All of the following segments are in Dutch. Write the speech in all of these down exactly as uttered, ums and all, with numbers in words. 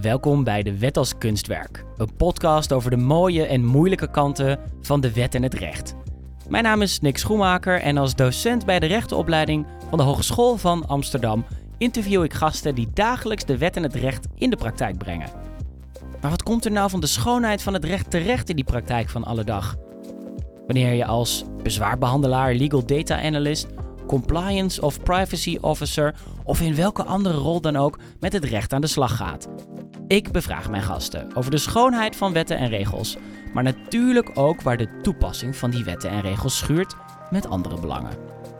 Welkom bij De Wet als Kunstwerk, een podcast over de mooie en moeilijke kanten van de wet en het recht. Mijn naam is Nick Schoenmaker en als docent bij de rechtenopleiding van de Hogeschool van Amsterdam interview ik gasten die dagelijks de wet en het recht in de praktijk brengen. Maar wat komt er nou van de schoonheid van het recht terecht in die praktijk van alle dag? Wanneer je als bezwaarbehandelaar, legal data analyst, compliance of privacy officer of in welke andere rol dan ook met het recht aan de slag gaat. Ik bevraag mijn gasten over de schoonheid van wetten en regels, maar natuurlijk ook waar de toepassing van die wetten en regels schuurt met andere belangen.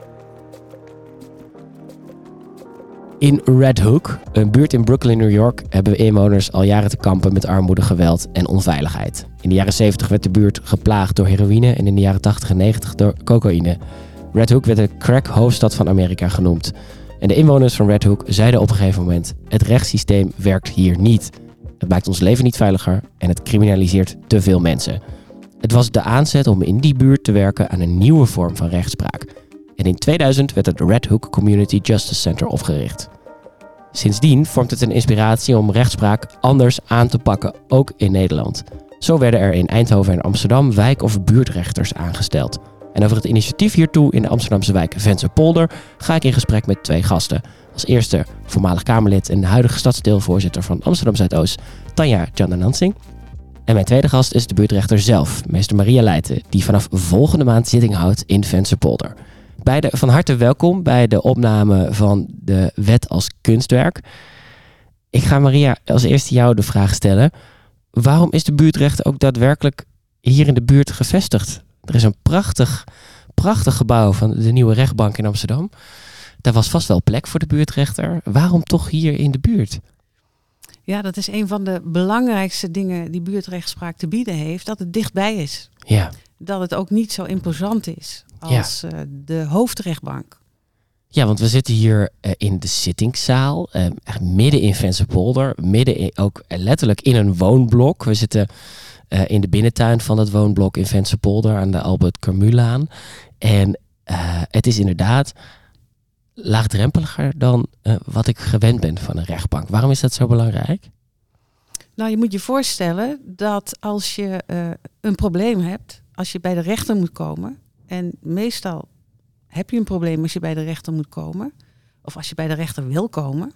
In Red Hook, een buurt in Brooklyn, New York, hebben inwoners al jaren te kampen met armoede, geweld en onveiligheid. In de jaren zeventig werd de buurt geplaagd door heroïne en in de jaren tachtig en negentig door cocaïne. Red Hook werd de crack-hoofdstad van Amerika genoemd. En de inwoners van Red Hook zeiden op een gegeven moment: het rechtssysteem werkt hier niet. Het maakt ons leven niet veiliger en het criminaliseert te veel mensen. Het was de aanzet om in die buurt te werken aan een nieuwe vorm van rechtspraak. En in tweeduizend werd het Red Hook Community Justice Center opgericht. Sindsdien vormt het een inspiratie om rechtspraak anders aan te pakken, ook in Nederland. Zo werden er in Eindhoven en Amsterdam wijk- of buurtrechters aangesteld. En over het initiatief hiertoe in de Amsterdamse wijk Vensterpolder ga ik in gesprek met twee gasten. Als eerste voormalig Kamerlid en huidige stadsdeelvoorzitter van Amsterdam Zuidoost, Tanja Jandenansing. En mijn tweede gast is de buurtrechter zelf, meester Maria Leijten, die vanaf volgende maand zitting houdt in Vensterpolder. Beide van harte welkom bij de opname van de Wet als Kunstwerk. Ik ga Maria als eerste jou de vraag stellen: waarom is de buurtrechter ook daadwerkelijk hier in de buurt gevestigd? Er is een prachtig, prachtig gebouw van de nieuwe rechtbank in Amsterdam. Daar was vast wel plek voor de buurtrechter. Waarom toch hier in de buurt? Ja, dat is een van de belangrijkste dingen die buurtrechtspraak te bieden heeft. Dat het dichtbij is. Ja. Dat het ook niet zo imposant is als ja. uh, de hoofdrechtbank. Ja, want we zitten hier uh, in de zittingszaal. Uh, midden in Vensterpolder. Midden in, ook uh, letterlijk in een woonblok. We zitten uh, in de binnentuin van het woonblok in Vensterpolder aan de Albert Camuslaan. En uh, het is inderdaad laagdrempeliger dan uh, wat ik gewend ben van een rechtbank. Waarom is dat zo belangrijk? Nou, je moet je voorstellen dat als je uh, een probleem hebt, als je bij de rechter moet komen, en meestal heb je een probleem als je bij de rechter moet komen, of als je bij de rechter wil komen,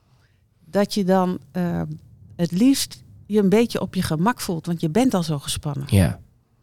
dat je dan uh, het liefst je een beetje op je gemak voelt, want je bent al zo gespannen. Ja.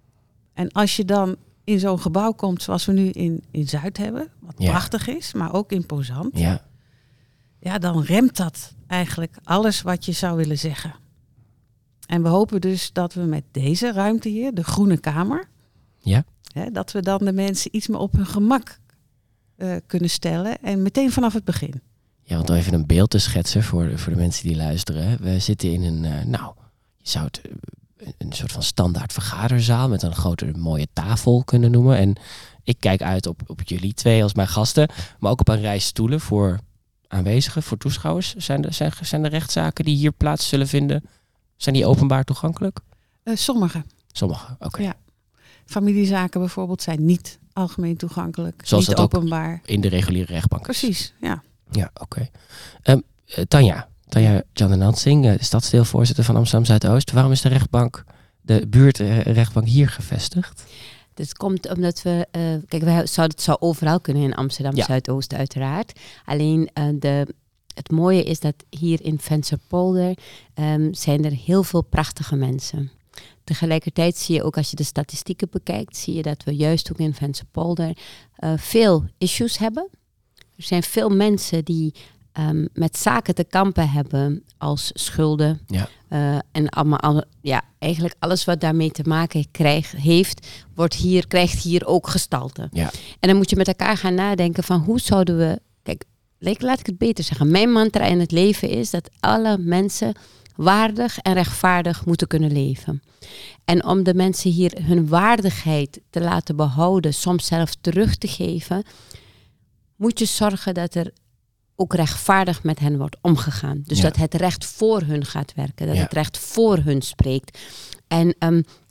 En als je dan in zo'n gebouw komt zoals we nu in, in Zuid hebben, wat ja. prachtig is, maar ook imposant, ja. ja, dan remt dat eigenlijk alles wat je zou willen zeggen. En we hopen dus dat we met deze ruimte hier, de Groene Kamer, ja. hè, dat we dan de mensen iets meer op hun gemak uh, kunnen stellen en meteen vanaf het begin. Ja, want om even een beeld te schetsen voor de, voor de mensen die luisteren. We zitten in een, uh, nou, je zou het uh, een soort van standaard vergaderzaal met een grote mooie tafel kunnen noemen. En ik kijk uit op, op jullie twee als mijn gasten, maar ook op een rij stoelen voor aanwezigen, voor toeschouwers. Zijn de, zijn, zijn de rechtszaken die hier plaats zullen vinden, zijn die openbaar toegankelijk? Uh, sommige. Sommige, oké. Okay. Ja. Familiezaken bijvoorbeeld zijn niet algemeen toegankelijk. Zoals niet dat openbaar. Ook in de reguliere rechtbank. Precies, ja. Ja, oké. Okay. Um, uh, Tanja, Tanja Jandenansing, uh, stadsdeelvoorzitter van Amsterdam Zuidoost. Waarom is de rechtbank, de buurtrechtbank hier gevestigd? Dat komt omdat we, uh, kijk, wij zouden het zou overal kunnen in Amsterdam ja. Zuidoost uiteraard. Alleen uh, de Het mooie is dat hier in Vensterpolder um, zijn er heel veel prachtige mensen. Tegelijkertijd zie je ook als je de statistieken bekijkt, zie je dat we juist ook in Vensterpolder uh, veel issues hebben. Er zijn veel mensen die um, met zaken te kampen hebben als schulden. Ja. Uh, en allemaal, al, ja, eigenlijk alles wat daarmee te maken krijgt, heeft, wordt hier, krijgt hier ook gestalte. Ja. En dan moet je met elkaar gaan nadenken van hoe zouden we, kijk, laat ik het beter zeggen. Mijn mantra in het leven is dat alle mensen waardig en rechtvaardig moeten kunnen leven. En om de mensen hier hun waardigheid te laten behouden, soms zelfs terug te geven, moet je zorgen dat er ook rechtvaardig met hen wordt omgegaan. Dus ja. dat het recht voor hun gaat werken, dat ja. het recht voor hun spreekt. En um,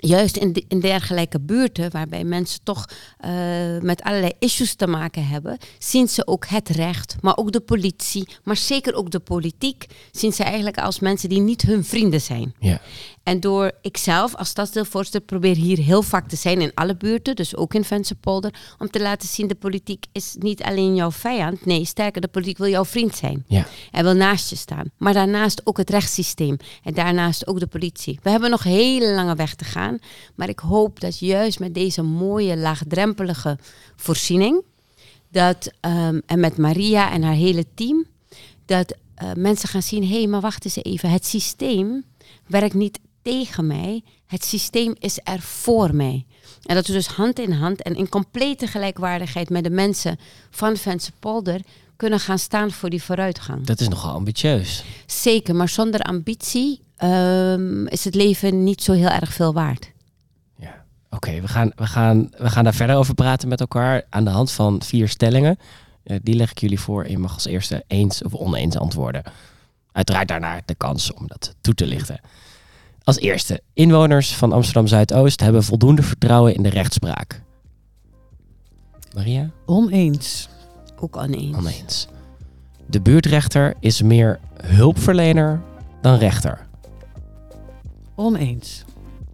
juist in, de, in dergelijke buurten, waarbij mensen toch uh, met allerlei issues te maken hebben, zien ze ook het recht, maar ook de politie, maar zeker ook de politiek, zien ze eigenlijk als mensen die niet hun vrienden zijn. Ja. En door ikzelf als stadsdeelvoorzitter probeer hier heel vaak te zijn in alle buurten, dus ook in Vensterpolder, om te laten zien, de politiek is niet alleen jouw vijand, nee, sterker, de politiek wil jouw vriend zijn. Ja. En wil naast je staan. Maar daarnaast ook het rechtssysteem en daarnaast ook de politie. We hebben nog een hele lange weg te gaan, maar ik hoop dat juist met deze mooie, laagdrempelige voorziening, dat, um, en met Maria en haar hele team, dat uh, mensen gaan zien, hé, hey, maar wacht eens even, het systeem werkt niet tegen mij, het systeem is er voor mij. En dat we dus hand in hand en in complete gelijkwaardigheid met de mensen van Vensterpolder kunnen gaan staan voor die vooruitgang. Dat is nogal ambitieus. Zeker, maar zonder ambitie um, is het leven niet zo heel erg veel waard. Ja, oké, okay, we, gaan, we, gaan, we gaan daar verder over praten met elkaar aan de hand van vier stellingen. Uh, die leg ik jullie voor en je mag als eerste eens of oneens antwoorden. Uiteraard daarna de kans om dat toe te lichten. Als eerste, inwoners van Amsterdam Zuidoost hebben voldoende vertrouwen in de rechtspraak. Maria? Oneens. Ook oneens. Oneens. De buurtrechter is meer hulpverlener dan rechter. Oneens.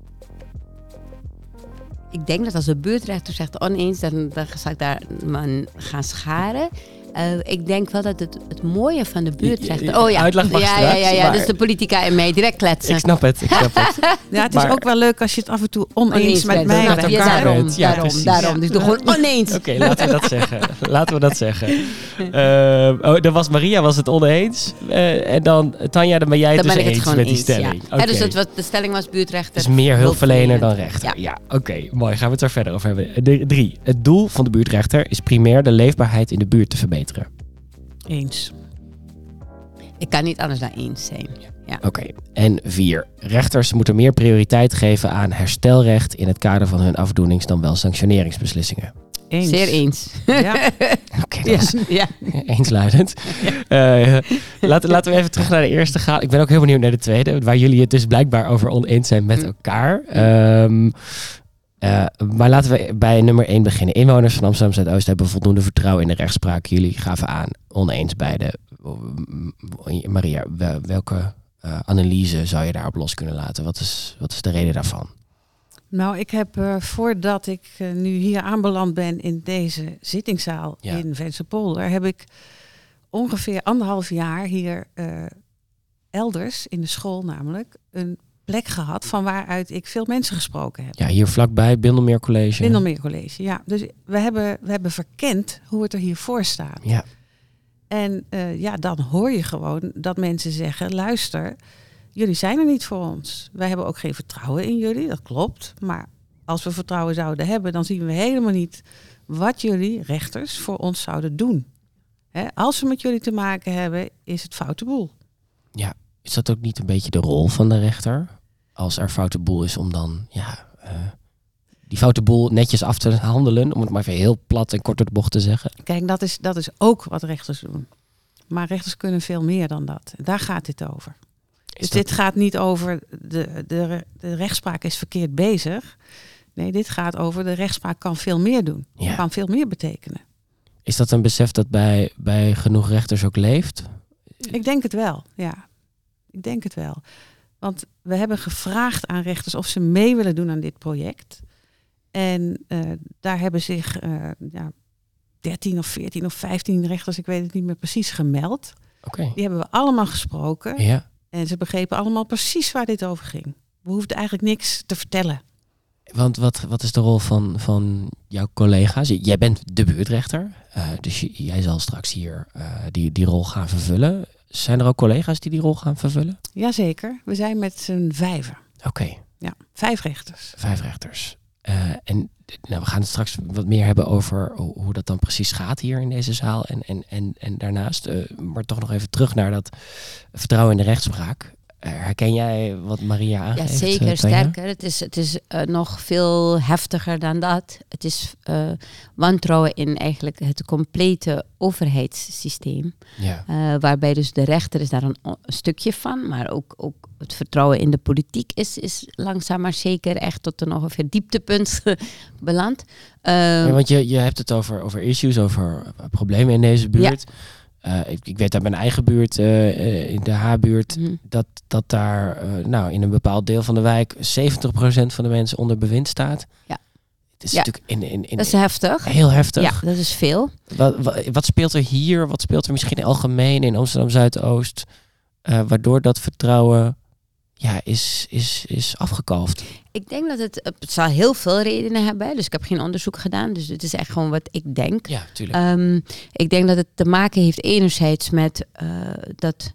Ik denk dat als de buurtrechter zegt oneens, dan, dan zal ik daar man gaan scharen. Uh, ik denk wel dat het, het mooie van de buurtrechter... Oh ja, uitleg mag ja, straks, ja, ja, ja. Maar... Dus de politica en mij direct kletsen. Ik snap het, ik snap het. Ja, het maar... is ook wel leuk als je het af en toe oneens, oneens met mij bent. bent. Ja, daarom, ja, daarom, daarom. Ja. Dus doe gewoon oneens. Oké, okay, laten we dat zeggen. Laten we dat zeggen. Uh, oh, dan was Maria was het oneens. Uh, en dan, Tanja, dan ben jij het dan dus ben eens het met eens, die stelling. Ja. Okay. Ja, dus het, wat, de stelling was buurtrechter. Dus meer hulpverlener dan rechter. Ja, ja oké. Okay, mooi. Gaan we het er verder over hebben. De, drie. Het doel van de buurtrechter is primair de leefbaarheid in de buurt te verbeteren. Eens. Ik kan niet anders dan eens zijn. Ja. Oké. Okay. En vier. Rechters moeten meer prioriteit geven aan herstelrecht in het kader van hun afdoenings- dan wel sanctioneringsbeslissingen. Eens. Zeer eens. Ja. Oké, okay, dat is ja. eensluidend. Ja. Uh, laten, laten we even terug naar de eerste gaan. Ik ben ook heel benieuwd naar de tweede, waar jullie het dus blijkbaar over oneens zijn met elkaar. Um, Uh, maar laten we bij nummer één beginnen. Inwoners van Amsterdam Zuidoost hebben voldoende vertrouwen in de rechtspraak. Jullie gaven aan, oneens beide. Maria, welke uh, analyse zou je daarop los kunnen laten? Wat is, wat is de reden daarvan? Nou, ik heb uh, voordat ik uh, nu hier aanbeland ben in deze zittingszaal ja. in Vensterpolder, heb ik ongeveer anderhalf jaar hier uh, elders in de school namelijk een plek gehad van waaruit ik veel mensen gesproken heb. Ja, hier vlakbij, Bindelmeer College. Bindelmeer College, ja. Dus we hebben, we hebben verkend hoe het er hiervoor staat. Ja. En uh, ja, dan hoor je gewoon dat mensen zeggen, luister, jullie zijn er niet voor ons. Wij hebben ook geen vertrouwen in jullie, dat klopt. Maar als we vertrouwen zouden hebben, dan zien we helemaal niet wat jullie rechters voor ons zouden doen. Hè, als we met jullie te maken hebben, is het foute boel. Ja, is dat ook niet een beetje de rol van de rechter? Als er foute boel is om dan ja, uh, die foute boel netjes af te handelen, om het maar even heel plat en kort door de bocht te zeggen. Kijk, dat is, dat is ook wat rechters doen. Maar rechters kunnen veel meer dan dat. Daar gaat dit over. Is dus dat... dit gaat niet over de, de, de rechtspraak is verkeerd bezig. Nee, dit gaat over de rechtspraak kan veel meer doen. Ja. Kan veel meer betekenen. Is dat een besef dat bij, bij genoeg rechters ook leeft? Ik denk het wel, ja. Ik denk het wel. Want we hebben gevraagd aan rechters of ze mee willen doen aan dit project. En uh, daar hebben zich uh, ja, dertien of veertien of vijftien rechters, ik weet het niet meer precies, gemeld. Okay. Die hebben we allemaal gesproken. Ja. En ze begrepen allemaal precies waar dit over ging. We hoefden eigenlijk niks te vertellen. Want wat, wat is de rol van, van jouw collega's? Jij bent de buurtrechter. Uh, dus j- jij zal straks hier uh, die, die rol gaan vervullen. Zijn er ook collega's die die rol gaan vervullen? Jazeker. We zijn met z'n vijven. Oké. Okay. Ja, vijf rechters. Vijf rechters. Uh, en nou, we gaan het straks wat meer hebben over hoe dat dan precies gaat hier in deze zaal. En, en, en, en daarnaast, uh, maar toch nog even terug naar dat vertrouwen in de rechtspraak. Herken jij wat Maria aangeeft? Ja, zeker. Uh, sterker. Het is, het is uh, nog veel heftiger dan dat. Het is uh, wantrouwen in eigenlijk het complete overheidssysteem. Ja. Uh, waarbij dus de rechter is daar een, een stukje van. Maar ook, ook het vertrouwen in de politiek is, is langzaam maar zeker echt tot een ongeveer dieptepunt beland. Uh, ja, want je, je hebt het over, over issues, over uh, problemen in deze buurt. Ja. Uh, ik, ik weet uit mijn eigen buurt, uh, in de H-buurt, mm. dat, dat daar uh, nou, in een bepaald deel van de wijk zeventig procent van de mensen onder bewind staat. Ja. Het is ja. natuurlijk in, in, in, dat is heftig. Heel heftig. Ja, dat is veel. Wat, wat, wat speelt er hier? Wat speelt er misschien algemeen in Amsterdam Zuidoost? Uh, waardoor dat vertrouwen ja, is, is, is afgekalfd. Ik denk dat het, het zal heel veel redenen hebben. Dus ik heb geen onderzoek gedaan. Dus het is echt gewoon wat ik denk. Ja, tuurlijk. Um, ik denk dat het te maken heeft enerzijds met uh, dat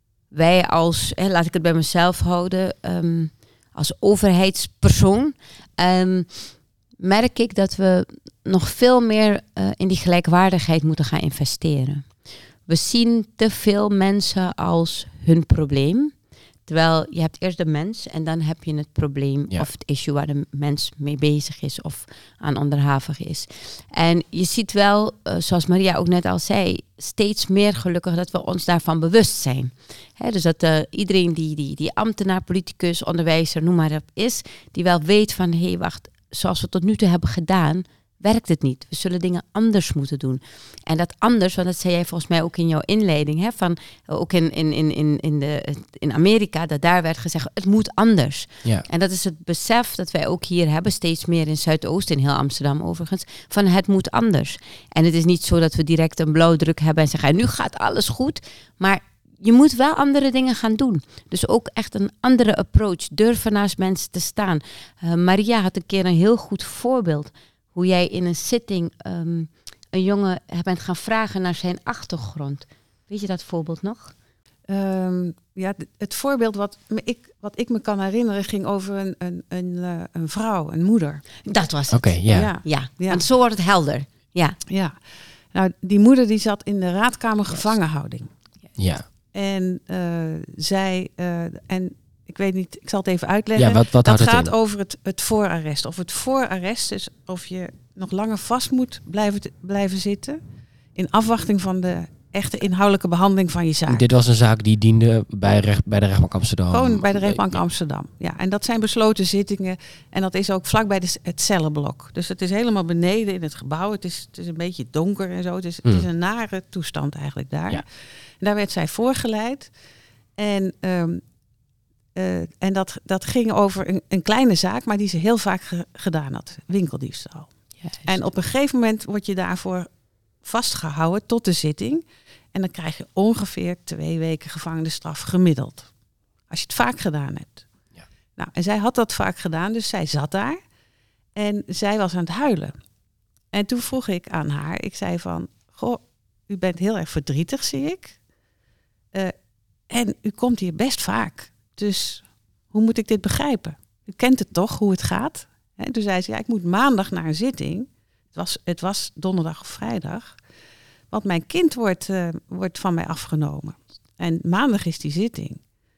wij als, hè, laat ik het bij mezelf houden, um, als overheidspersoon, um, merk ik dat we nog veel meer uh, in die gelijkwaardigheid moeten gaan investeren. We zien te veel mensen als hun probleem. Terwijl je hebt eerst de mens en dan heb je het probleem ja. of het issue waar de mens mee bezig is of aan onderhavig is. En je ziet wel, uh, zoals Maria ook net al zei, steeds meer gelukkig dat we ons daarvan bewust zijn. Hè, dus dat uh, iedereen die, die, die ambtenaar, politicus, onderwijzer, noem maar op is, die wel weet van, hé hey, wacht, zoals we tot nu toe hebben gedaan, werkt het niet. We zullen dingen anders moeten doen. En dat anders, want dat zei jij volgens mij ook in jouw inleiding, hè, van ook in, in, in, in, de, in Amerika, dat daar werd gezegd, het moet anders. Ja. En dat is het besef dat wij ook hier hebben, steeds meer in Zuidoost, in heel Amsterdam overigens, van het moet anders. En het is niet zo dat we direct een blauwdruk hebben en zeggen, en nu gaat alles goed, maar je moet wel andere dingen gaan doen. Dus ook echt een andere approach. Durven naast mensen te staan. Uh, Maria had een keer een heel goed voorbeeld. Hoe jij in een zitting um, een jongen bent gaan vragen naar zijn achtergrond. Weet je dat voorbeeld nog? Um, ja, het voorbeeld wat ik, wat ik me kan herinneren ging over een, een, een, uh, een vrouw, een moeder. Dat was het. Oké, okay, yeah. ja. ja. Ja, want zo wordt het helder. Ja. Ja. Nou, die moeder die zat in de raadkamer gevangenhouding. Ja. En uh, zij... Uh, en ik weet niet, ik zal het even uitleggen. Ja, wat, wat dat gaat het in? over het, het voorarrest. Of het voorarrest is of je nog langer vast moet blijven, te, blijven zitten in afwachting van de echte inhoudelijke behandeling van je zaak. Dit was een zaak die diende bij, recht, bij de rechtbank Amsterdam. Gewoon bij de rechtbank Amsterdam. Ja, en dat zijn besloten zittingen. En dat is ook vlakbij de, het cellenblok. Dus het is helemaal beneden in het gebouw. Het is, het is een beetje donker en zo. Het is, mm. het is een nare toestand eigenlijk daar. Ja. En daar werd zij voorgeleid. En... Um, Uh, en dat, dat ging over een, een kleine zaak, maar die ze heel vaak ge- gedaan had. Winkeldiefstal. Juist. En op een gegeven moment word je daarvoor vastgehouden tot de zitting. En dan krijg je ongeveer twee weken gevangenisstraf gemiddeld. Als je het vaak gedaan hebt. Ja. Nou, en zij had dat vaak gedaan, dus zij zat daar. En zij was aan het huilen. En toen vroeg ik aan haar, ik zei van... Goh, u bent heel erg verdrietig, zie ik. Uh, en u komt hier best vaak. Dus hoe moet ik dit begrijpen? U kent het toch, hoe het gaat? He, toen zei ze, ja, ik moet maandag naar een zitting. Het was, het was donderdag of vrijdag. Want mijn kind wordt, uh, wordt van mij afgenomen. En maandag is die zitting.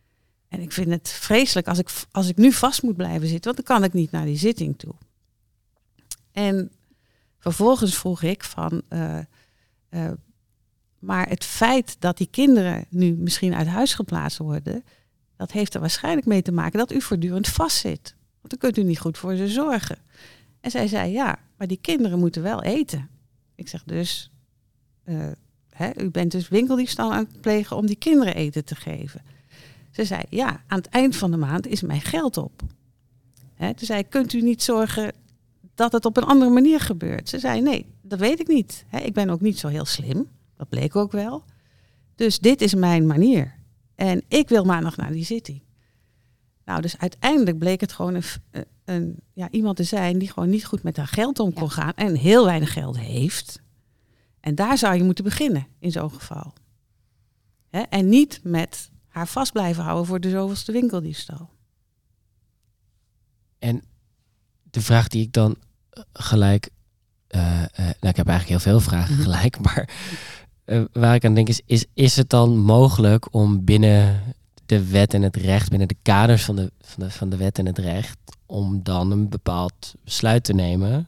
En ik vind het vreselijk als ik, als ik nu vast moet blijven zitten. Want dan kan ik niet naar die zitting toe. En vervolgens vroeg ik van... Uh, uh, maar het feit dat die kinderen nu misschien uit huis geplaatst worden... dat heeft er waarschijnlijk mee te maken dat u voortdurend vastzit. Want dan kunt u niet goed voor ze zorgen. En zij zei, ja, maar die kinderen moeten wel eten. Ik zeg dus, uh, hè, u bent dus winkeldiefstal aan het plegen om die kinderen eten te geven. Ze zei, ja, aan het eind van de maand is mijn geld op. Hè, toen zei, kunt u niet zorgen dat het op een andere manier gebeurt? Ze zei, nee, dat weet ik niet. Hè, ik ben ook niet zo heel slim. Dat bleek ook wel. Dus dit is mijn manier. En ik wil maandag naar die zitting. Nou, dus uiteindelijk bleek het gewoon een, een, ja, iemand te zijn die gewoon niet goed met haar geld om kon ja. gaan. En heel weinig geld heeft. En daar zou je moeten beginnen in zo'n geval. Hè? En niet met haar vast blijven houden voor de zoveelste winkeldiefstal. En de vraag die ik dan gelijk... Uh, uh, nou, ik heb eigenlijk heel veel vragen gelijk, maar... Uh, waar ik aan denk is, is, is het dan mogelijk om binnen de de wet en het recht, binnen de kaders van de, van de, van de wet en het recht, om dan een bepaald besluit te nemen.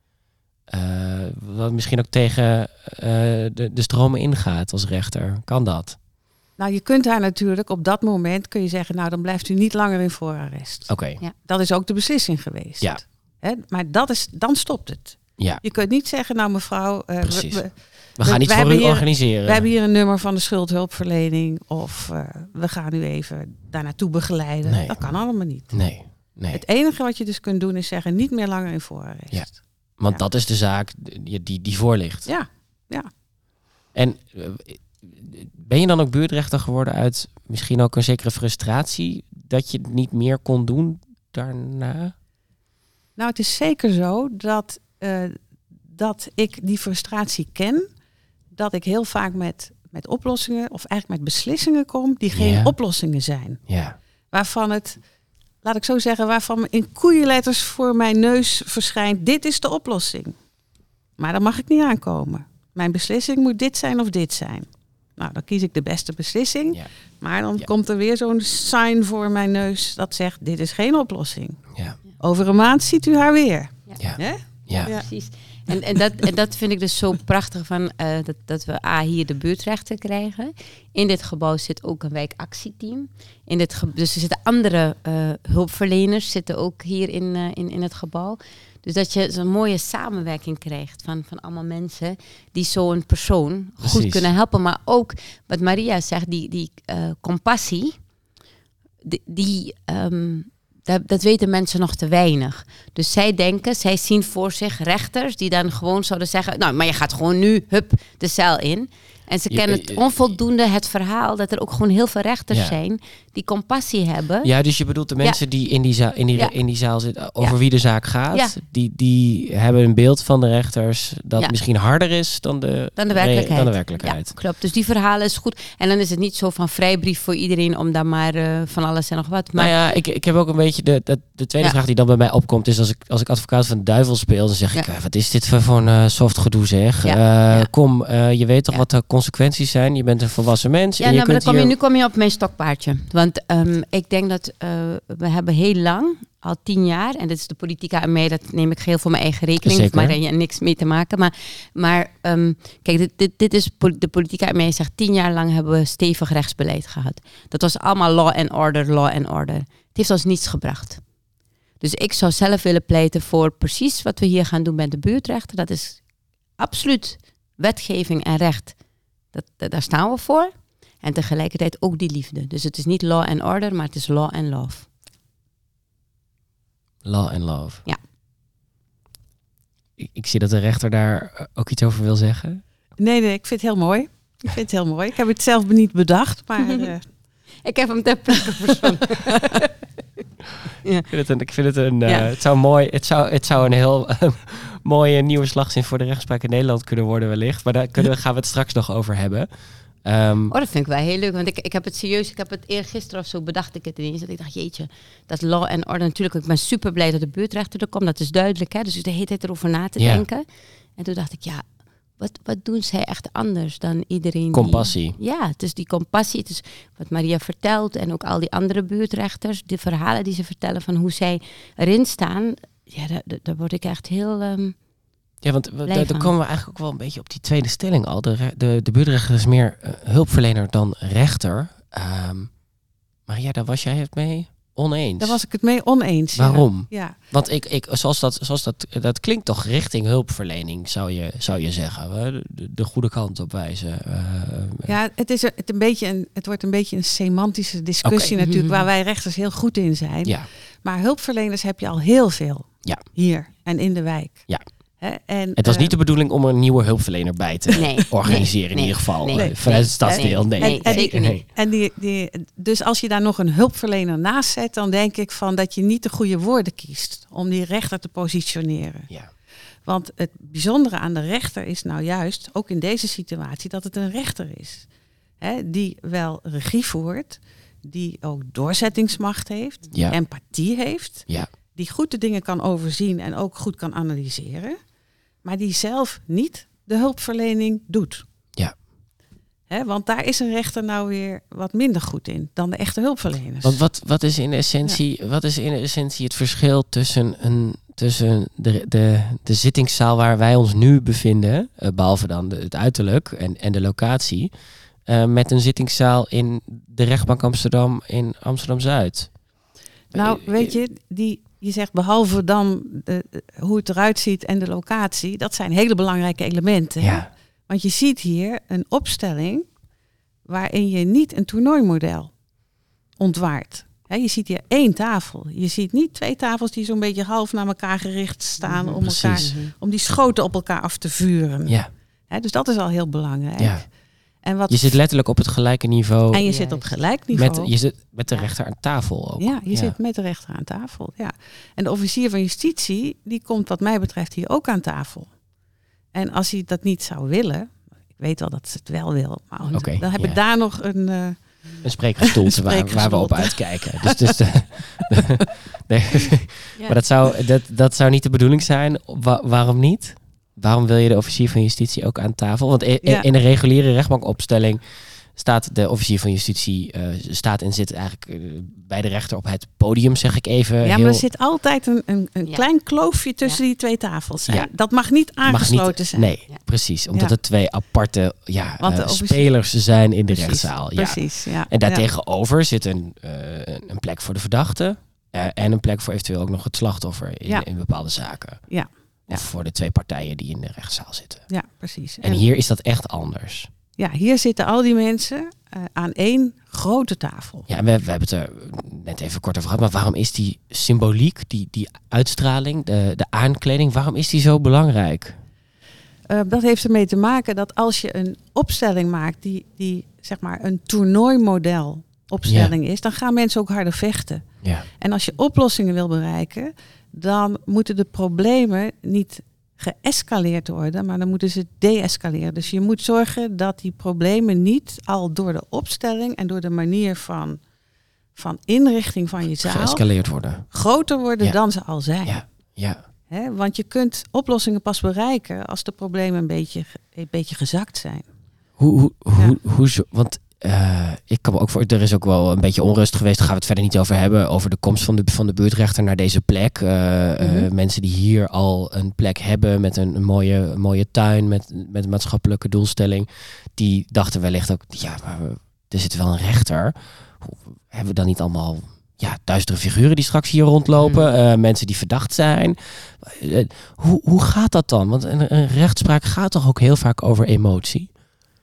Uh, wat misschien ook tegen uh, de, de stromen ingaat als rechter. Kan dat? Nou, je kunt daar natuurlijk op dat moment kun je zeggen, nou dan blijft u niet langer in voorarrest. Oké. Okay. Ja. Dat is ook de beslissing geweest. Ja. Hè? Maar dat is, dan stopt het. Ja. Je kunt niet zeggen, nou mevrouw, uh, Precies. we, we, we gaan iets voor u hier, organiseren. We hebben hier een nummer van de schuldhulpverlening of uh, we gaan u even daar naartoe begeleiden. Nee. Dat kan allemaal niet. Nee. Nee. Het enige wat je dus kunt doen is zeggen, niet meer langer in voorarrest. Ja. Want ja. dat is de zaak die, die, die voor ligt. Ja, ja. En uh, ben je dan ook buurtrechter geworden uit misschien ook een zekere frustratie dat je het niet meer kon doen daarna? Nou, het is zeker zo dat, uh, dat ik die frustratie ken. Dat ik heel vaak met, met oplossingen of eigenlijk met beslissingen kom die geen ja. oplossingen zijn. Ja. Waarvan het, laat ik zo zeggen, waarvan in koeienletters voor mijn neus verschijnt, dit is de oplossing. Maar daar mag ik niet aankomen. Mijn beslissing moet dit zijn of dit zijn. Nou, dan kies ik de beste beslissing. Ja. Maar dan ja. komt er weer zo'n sign voor mijn neus dat zegt, dit is geen oplossing. Ja. Over een maand ziet u haar weer. Ja, ja. ja. ja. precies. En, en, dat, en dat vind ik dus zo prachtig van uh, dat, dat we A, hier de buurtrechter krijgen. In dit gebouw zit ook een wijkactieteam. In dit ge- dus er zitten andere uh, hulpverleners zitten ook hier in, uh, in, in het gebouw. Dus dat je zo'n mooie samenwerking krijgt van, van allemaal mensen die zo'n persoon Precies. goed kunnen helpen. Maar ook wat Maria zegt, die, die uh, compassie, die... die um, Dat, dat weten mensen nog te weinig. Dus zij denken, zij zien voor zich rechters die dan gewoon zouden zeggen, nou, maar je gaat gewoon nu, hup, de cel in. En ze kennen het onvoldoende het verhaal dat er ook gewoon heel veel rechters ja. zijn die compassie hebben. Ja, dus je bedoelt de mensen ja. die in die zaal, in die, ja. in die zaal zitten, over ja. wie de zaak gaat, ja. die, die hebben een beeld van de rechters dat ja. misschien harder is dan de, dan de werkelijkheid. Dan de werkelijkheid. Ja, klopt. Dus die verhalen is goed. En dan is het niet zo van vrijbrief voor iedereen om daar maar uh, van alles en nog wat. Maar nou ja, ik, ik heb ook een beetje de, de, de tweede ja. vraag die dan bij mij opkomt is als ik, als ik advocaat van de duivel speel, dan zeg ja. ik, wat is dit voor een uh, soft gedoe zeg. Ja. Uh, ja. Kom, uh, je weet toch ja. wat de consequenties zijn. Je bent een volwassen mens. Ja, en je nou, kunt maar dan kom je, hier... nu kom je op mijn stokpaardje. Want um, ik denk dat uh, we hebben heel lang, al tien jaar, en dit is de politica aan mij, dat neem ik geheel voor mijn eigen rekening, Zeker. maar daar heeft niks mee te maken. Maar, maar um, kijk, dit, dit, dit is de politica aan mij zegt, tien jaar lang hebben we stevig rechtsbeleid gehad. Dat was allemaal law and order, law and order. Het heeft ons niets gebracht. Dus ik zou zelf willen pleiten voor precies wat we hier gaan doen met de buurtrechter. Dat is absoluut wetgeving en recht. Dat, dat, daar staan we voor. En tegelijkertijd ook die liefde. Dus het is niet law and order, maar het is law and love. Law and love. Ja. Ik, ik zie dat de rechter daar ook iets over wil zeggen. Nee, nee, ik vind het heel mooi. Ik vind het heel mooi. Ik heb het zelf niet bedacht, maar... Uh... ik heb hem ter plekke verzonnen. ja. Ik vind het een... Ik vind het, een uh, ja. het, zou mooi, het, zou, het zou een heel uh, mooie nieuwe slagzin voor de rechtspraak in Nederland kunnen worden wellicht. Maar daar kunnen, gaan we het straks nog over hebben. Um, oh, dat vind ik wel heel leuk. Want ik, ik heb het serieus, ik heb het eergisteren of zo bedacht ik het ineens. Dat ik dacht, jeetje, dat law and order. Natuurlijk, ik ben super blij dat de buurtrechter er komt. Dat is duidelijk, hè. Dus ik de hele tijd erover na te ja. denken. En toen dacht ik, ja, wat, wat doen zij echt anders dan iedereen? Compassie. Die, ja, het is die compassie. Het is wat Maria vertelt en ook al die andere buurtrechters. De verhalen die ze vertellen van hoe zij erin staan. Ja, daar, daar word ik echt heel... Um, Ja, want we, daar komen we eigenlijk ook wel een beetje op die tweede stelling al. De, de, de buurtrechter is meer uh, hulpverlener dan rechter. Um, maar ja, daar was jij het mee oneens. Daar was ik het mee oneens. Waarom? Ja. Ja. Want ik, ik, zoals dat, zoals dat, dat klinkt toch richting hulpverlening, zou je, zou je zeggen. De, de goede kant op wijzen. Uh, ja, het, is het, een beetje een, het wordt een beetje een semantische discussie okay. natuurlijk, waar wij rechters heel goed in zijn. Ja. Maar hulpverleners heb je al heel veel ja. hier en in de wijk. Ja. He, en, het was uh, niet de bedoeling om een nieuwe hulpverlener bij te nee, organiseren nee, in ieder geval. Nee, vanuit nee, het stadsdeel. Nee, nee, en, nee, en, nee. En die, die, dus als je daar nog een hulpverlener naast zet, dan denk ik van dat je niet de goede woorden kiest om die rechter te positioneren. Ja. Want het bijzondere aan de rechter is nou juist, ook in deze situatie, dat het een rechter is. He, die wel regie voert, die ook doorzettingsmacht heeft, die ja. empathie heeft, ja. die goed de dingen kan overzien en ook goed kan analyseren. Maar die zelf niet de hulpverlening doet. Ja. Hè, want daar is een rechter nou weer wat minder goed in dan de echte hulpverleners. Want wat, wat, is in essentie, ja. wat is in essentie het verschil tussen, een, tussen de, de, de zittingszaal waar wij ons nu bevinden, uh, behalve dan de, het uiterlijk en, en de locatie, uh, met een zittingszaal in de rechtbank Amsterdam in Amsterdam-Zuid? Nou, weet je, die, je zegt behalve dan de, hoe het eruit ziet en de locatie, dat zijn hele belangrijke elementen. Ja. Want je ziet hier een opstelling waarin je niet een toernooimodel ontwaart. He, je ziet hier één tafel. Je ziet niet twee tafels die zo'n beetje half naar elkaar gericht staan mm, om, elkaar, om die schoten op elkaar af te vuren. Ja. He, dus dat is al heel belangrijk. Ja. En wat je zit letterlijk op het gelijke niveau. En je zit op gelijk niveau. Met, je zit met de rechter aan tafel ook. Ja, je ja. zit met de rechter aan tafel. Ja. En de officier van justitie, die komt wat mij betreft hier ook aan tafel. En als hij dat niet zou willen, ik weet wel dat ze het wel wil, maar okay, dan heb ja. ik daar nog een... Uh, een spreekgestoelte waar, waar we op uitkijken. Dus, dus de, de, nee, ja. Maar dat zou, dat, dat zou niet de bedoeling zijn. Wa- waarom niet? Waarom wil je de officier van justitie ook aan tafel? Want in, ja. in een reguliere rechtbankopstelling staat de officier van justitie uh, staat en zit eigenlijk uh, bij de rechter op het podium, zeg ik even. Ja, heel... maar er zit altijd een, een, een ja. klein kloofje tussen ja. die twee tafels. Ja. Dat mag niet aangesloten mag niet, zijn. Nee, ja. precies. Omdat ja. het twee aparte ja, uh, officier... spelers zijn in de precies, rechtszaal. Ja. Precies, ja. En daartegenover ja. zit een, uh, een plek voor de verdachte uh, en een plek voor eventueel ook nog het slachtoffer in, ja. in bepaalde zaken. Ja. Of ja. voor de twee partijen die in de rechtszaal zitten. Ja, precies. En, en hier is dat echt anders. Ja, hier zitten al die mensen uh, aan één grote tafel. Ja, we, we hebben het er net even kort over gehad. Maar waarom is die symboliek, die, die uitstraling, de, de aankleding, waarom is die zo belangrijk? Uh, dat heeft ermee te maken dat als je een opstelling maakt die, die zeg maar een toernooimodel opstelling ja. is, dan gaan mensen ook harder vechten. Ja. En als je oplossingen wil bereiken, dan moeten de problemen niet geëscaleerd worden, maar dan moeten ze deescaleren. Dus je moet zorgen dat die problemen niet al door de opstelling en door de manier van, van inrichting van je zaal geëscaleerd worden. Groter worden ja. dan ze al zijn. Ja. Ja. He, want je kunt oplossingen pas bereiken als de problemen een beetje, een beetje gezakt zijn. Hoe, hoe, ja. hoe, hoe zo, want Uh, ik kan me ook voor, er is ook wel een beetje onrust geweest. Daar gaan we het verder niet over hebben. Over de komst van de, van de buurtrechter naar deze plek. Uh, mm-hmm. uh, mensen die hier al een plek hebben met een, een mooie, mooie tuin. Met, met een maatschappelijke doelstelling. Die dachten wellicht ook, ja, maar we, er zit wel een rechter. Hoe, hebben we dan niet allemaal ja, duistere figuren die straks hier rondlopen? Mm-hmm. Uh, mensen die verdacht zijn. Uh, hoe, hoe gaat dat dan? Want een, een rechtspraak gaat toch ook heel vaak over emotie?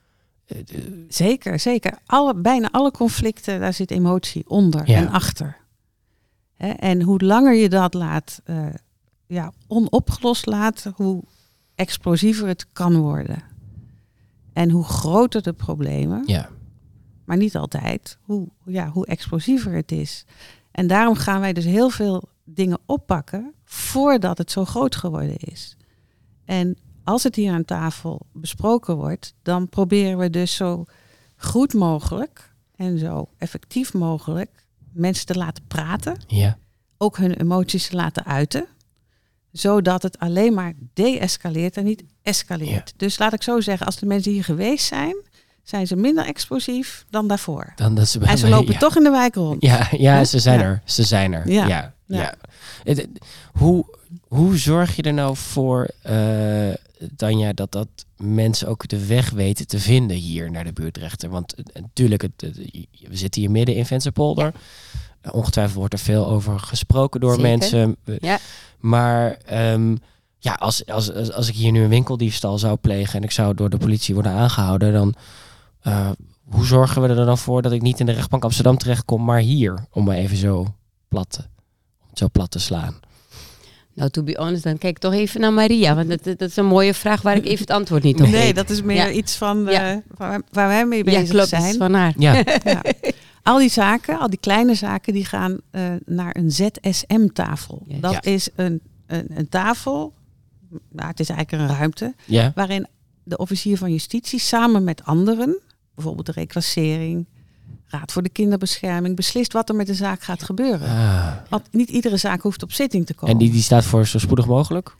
Zeker, zeker. Alle, bijna alle conflicten, daar zit emotie onder ja. en achter. He, en hoe langer je dat laat, uh, ja, onopgelost laat, hoe explosiever het kan worden. En hoe groter de problemen, ja. maar niet altijd, hoe, ja, hoe explosiever het is. En daarom gaan wij dus heel veel dingen oppakken voordat het zo groot geworden is. En als het hier aan tafel besproken wordt, dan proberen we dus zo goed mogelijk en zo effectief mogelijk mensen te laten praten. Ja. Ook hun emoties te laten uiten. Zodat het alleen maar de-escaleert en niet escaleert. Ja. Dus laat ik zo zeggen, als de mensen hier geweest zijn, zijn ze minder explosief dan daarvoor. Dan dat ze en ze lopen ja. toch in de wijk rond. Ja, ja, ja? ze zijn ja. er. Ze zijn er. Ja. Ja. Ja. Ja. Het, hoe, hoe zorg je er nou voor, uh, Tanja, dat dat mensen ook de weg weten te vinden hier naar de buurtrechter? Want uh, natuurlijk, het, uh, we zitten hier midden in Vensterpolder. Ja. Uh, ongetwijfeld wordt er veel over gesproken door Zeker. mensen. Uh, ja. Maar um, ja, als, als, als, als ik hier nu een winkeldiefstal zou plegen en ik zou door de politie worden aangehouden, dan uh, hoe zorgen we er dan voor dat ik niet in de rechtbank Amsterdam terechtkom, maar hier, om me even zo plat te, om het zo plat te slaan? Nou, to be honest, dan kijk ik toch even naar Maria. Want dat, dat is een mooie vraag waar ik even het antwoord niet op weet. Nee, dat is meer ja. iets van uh, ja. waar, waar wij mee bezig ja, klopt, zijn. Is van haar. Ja. Ja. Al die zaken, al die kleine zaken, die gaan uh, naar een Z S M-tafel. Ja. Dat ja. is een, een, een tafel, nou, het is eigenlijk een ruimte, ja. waarin de officier van justitie samen met anderen, bijvoorbeeld de reclassering, Raad voor de Kinderbescherming, beslist wat er met de zaak gaat gebeuren. Ah. Want niet iedere zaak hoeft op zitting te komen. En die, die staat voor zo spoedig mogelijk?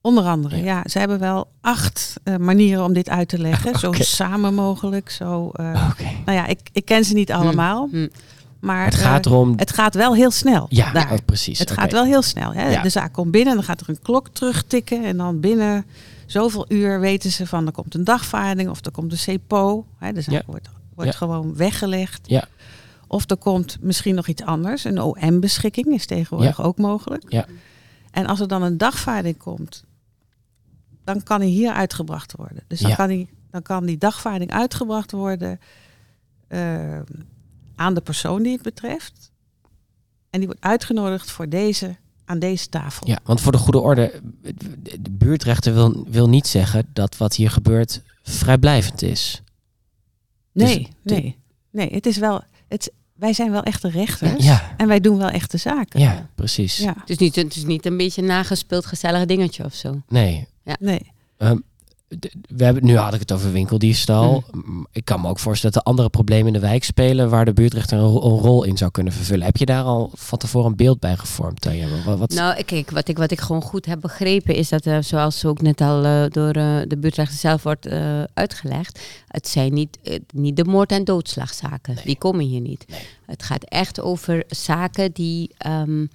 Onder andere, ja. Ja. ja. Ze hebben wel acht uh, manieren om dit uit te leggen. Okay. Zo samen mogelijk. Zo, uh, okay. Nou ja, ik, ik ken ze niet allemaal. Hmm. Maar het gaat uh, erom... Het gaat wel heel snel. Ja, daar. Oh, precies. Het okay. gaat wel heel snel. Hè? Ja. De zaak komt binnen, dan gaat er een klok terugtikken. En dan binnen zoveel uur weten ze van... er komt een dagvaarding of er komt een C E P O. Hè? De zaak ja. wordt, wordt ja. gewoon weggelegd. Ja. Of er komt misschien nog iets anders. Een O M-beschikking is tegenwoordig ja. ook mogelijk. Ja. En als er dan een dagvaarding komt... dan kan hij hier uitgebracht worden. Dus dan, ja. kan, hij, dan kan die dagvaarding uitgebracht worden... Uh, aan de persoon die het betreft. En die wordt uitgenodigd voor deze, aan deze tafel. Ja, want voor de goede orde... de buurtrechter wil, wil niet zeggen... dat wat hier gebeurt vrijblijvend is. Nee, dus, nee. Nee, het is wel... Het, wij zijn wel echte rechters. Ja. En wij doen wel echte zaken. Ja, precies. Ja. Het, is niet, het is niet een beetje een nagespeeld gezellig dingetje of zo. Nee. Ja. Nee. Um, we hebben, nu had ik het over winkeldiefstal. Mm. Ik kan me ook voorstellen dat er andere problemen in de wijk spelen... waar de buurtrechter een, ro- een rol in zou kunnen vervullen. Heb je daar al van tevoren een beeld bij gevormd? Wat, wat... Nou, kijk, wat ik, wat ik gewoon goed heb begrepen... is dat, uh, zoals ook net al uh, door uh, de buurtrechter zelf wordt uh, uitgelegd... het zijn niet, uh, niet de moord- en doodslagzaken. Nee. Die komen hier niet. Nee. Het gaat echt over zaken die... Um,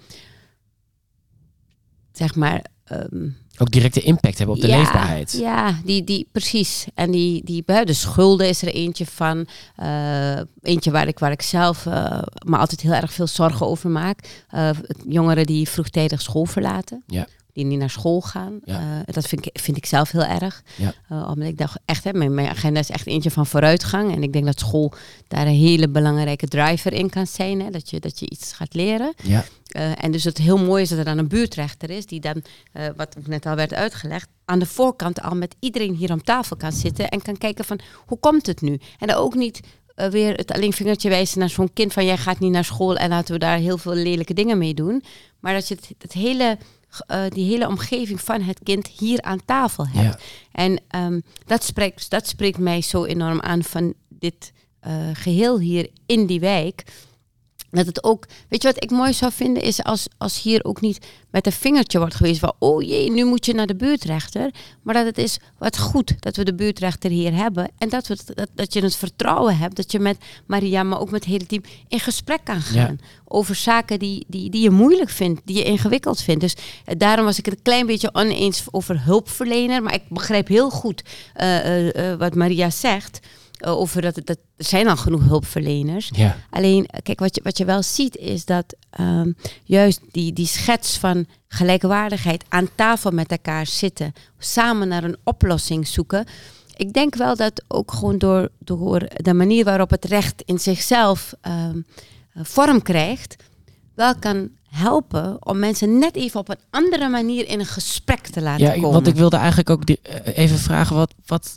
zeg maar... Um, ook directe impact hebben op de ja, leefbaarheid. Ja, die, die, precies. En die, die, de schulden is er eentje van. Uh, eentje waar ik, waar ik zelf uh, me altijd heel erg veel zorgen over maak. Uh, jongeren die vroegtijdig school verlaten. Ja. Die niet naar school gaan. Ja. Uh, dat vind ik, vind ik zelf heel erg. Ja. Uh, omdat ik dacht echt, hè, mijn, mijn agenda is echt eentje van vooruitgang. En ik denk dat school daar een hele belangrijke driver in kan zijn. Hè, dat, je, dat je iets gaat leren. Ja. Uh, en dus het heel mooi is dat er dan een buurtrechter is... die dan, uh, wat net al werd uitgelegd... aan de voorkant al met iedereen hier om tafel kan zitten... en kan kijken van, hoe komt het nu? En dan ook niet uh, weer het alleen vingertje wijzen naar zo'n kind... van, jij gaat niet naar school en laten we daar heel veel lelijke dingen mee doen. Maar dat je het, het hele... Uh, die hele omgeving van het kind hier aan tafel hebt. Ja. En um, dat, spreekt, dat spreekt mij zo enorm aan van dit uh, geheel hier in die wijk. Dat het ook, weet je wat ik mooi zou vinden, is als, als hier ook niet met een vingertje wordt geweest van, oh jee, nu moet je naar de buurtrechter. Maar dat het is wat goed dat we de buurtrechter hier hebben. En dat, we, dat, dat je het vertrouwen hebt, dat je met Maria, maar ook met het hele team in gesprek kan gaan. Ja. Over zaken die, die, die je moeilijk vindt, die je ingewikkeld vindt. Dus uh, daarom was ik het een klein beetje oneens over hulpverlener. Maar ik begrijp heel goed uh, uh, uh, wat Maria zegt. Uh, over dat, dat er zijn al genoeg hulpverleners. Ja. Alleen, kijk, wat je, wat je wel ziet is dat um, juist die, die schets van gelijkwaardigheid aan tafel met elkaar zitten, samen naar een oplossing zoeken. Ik denk wel dat ook gewoon door, door de manier waarop het recht in zichzelf um, vorm krijgt, wel kan helpen om mensen net even op een andere manier in een gesprek te laten ja, komen. Want ik wilde eigenlijk ook die, uh, even vragen wat... wat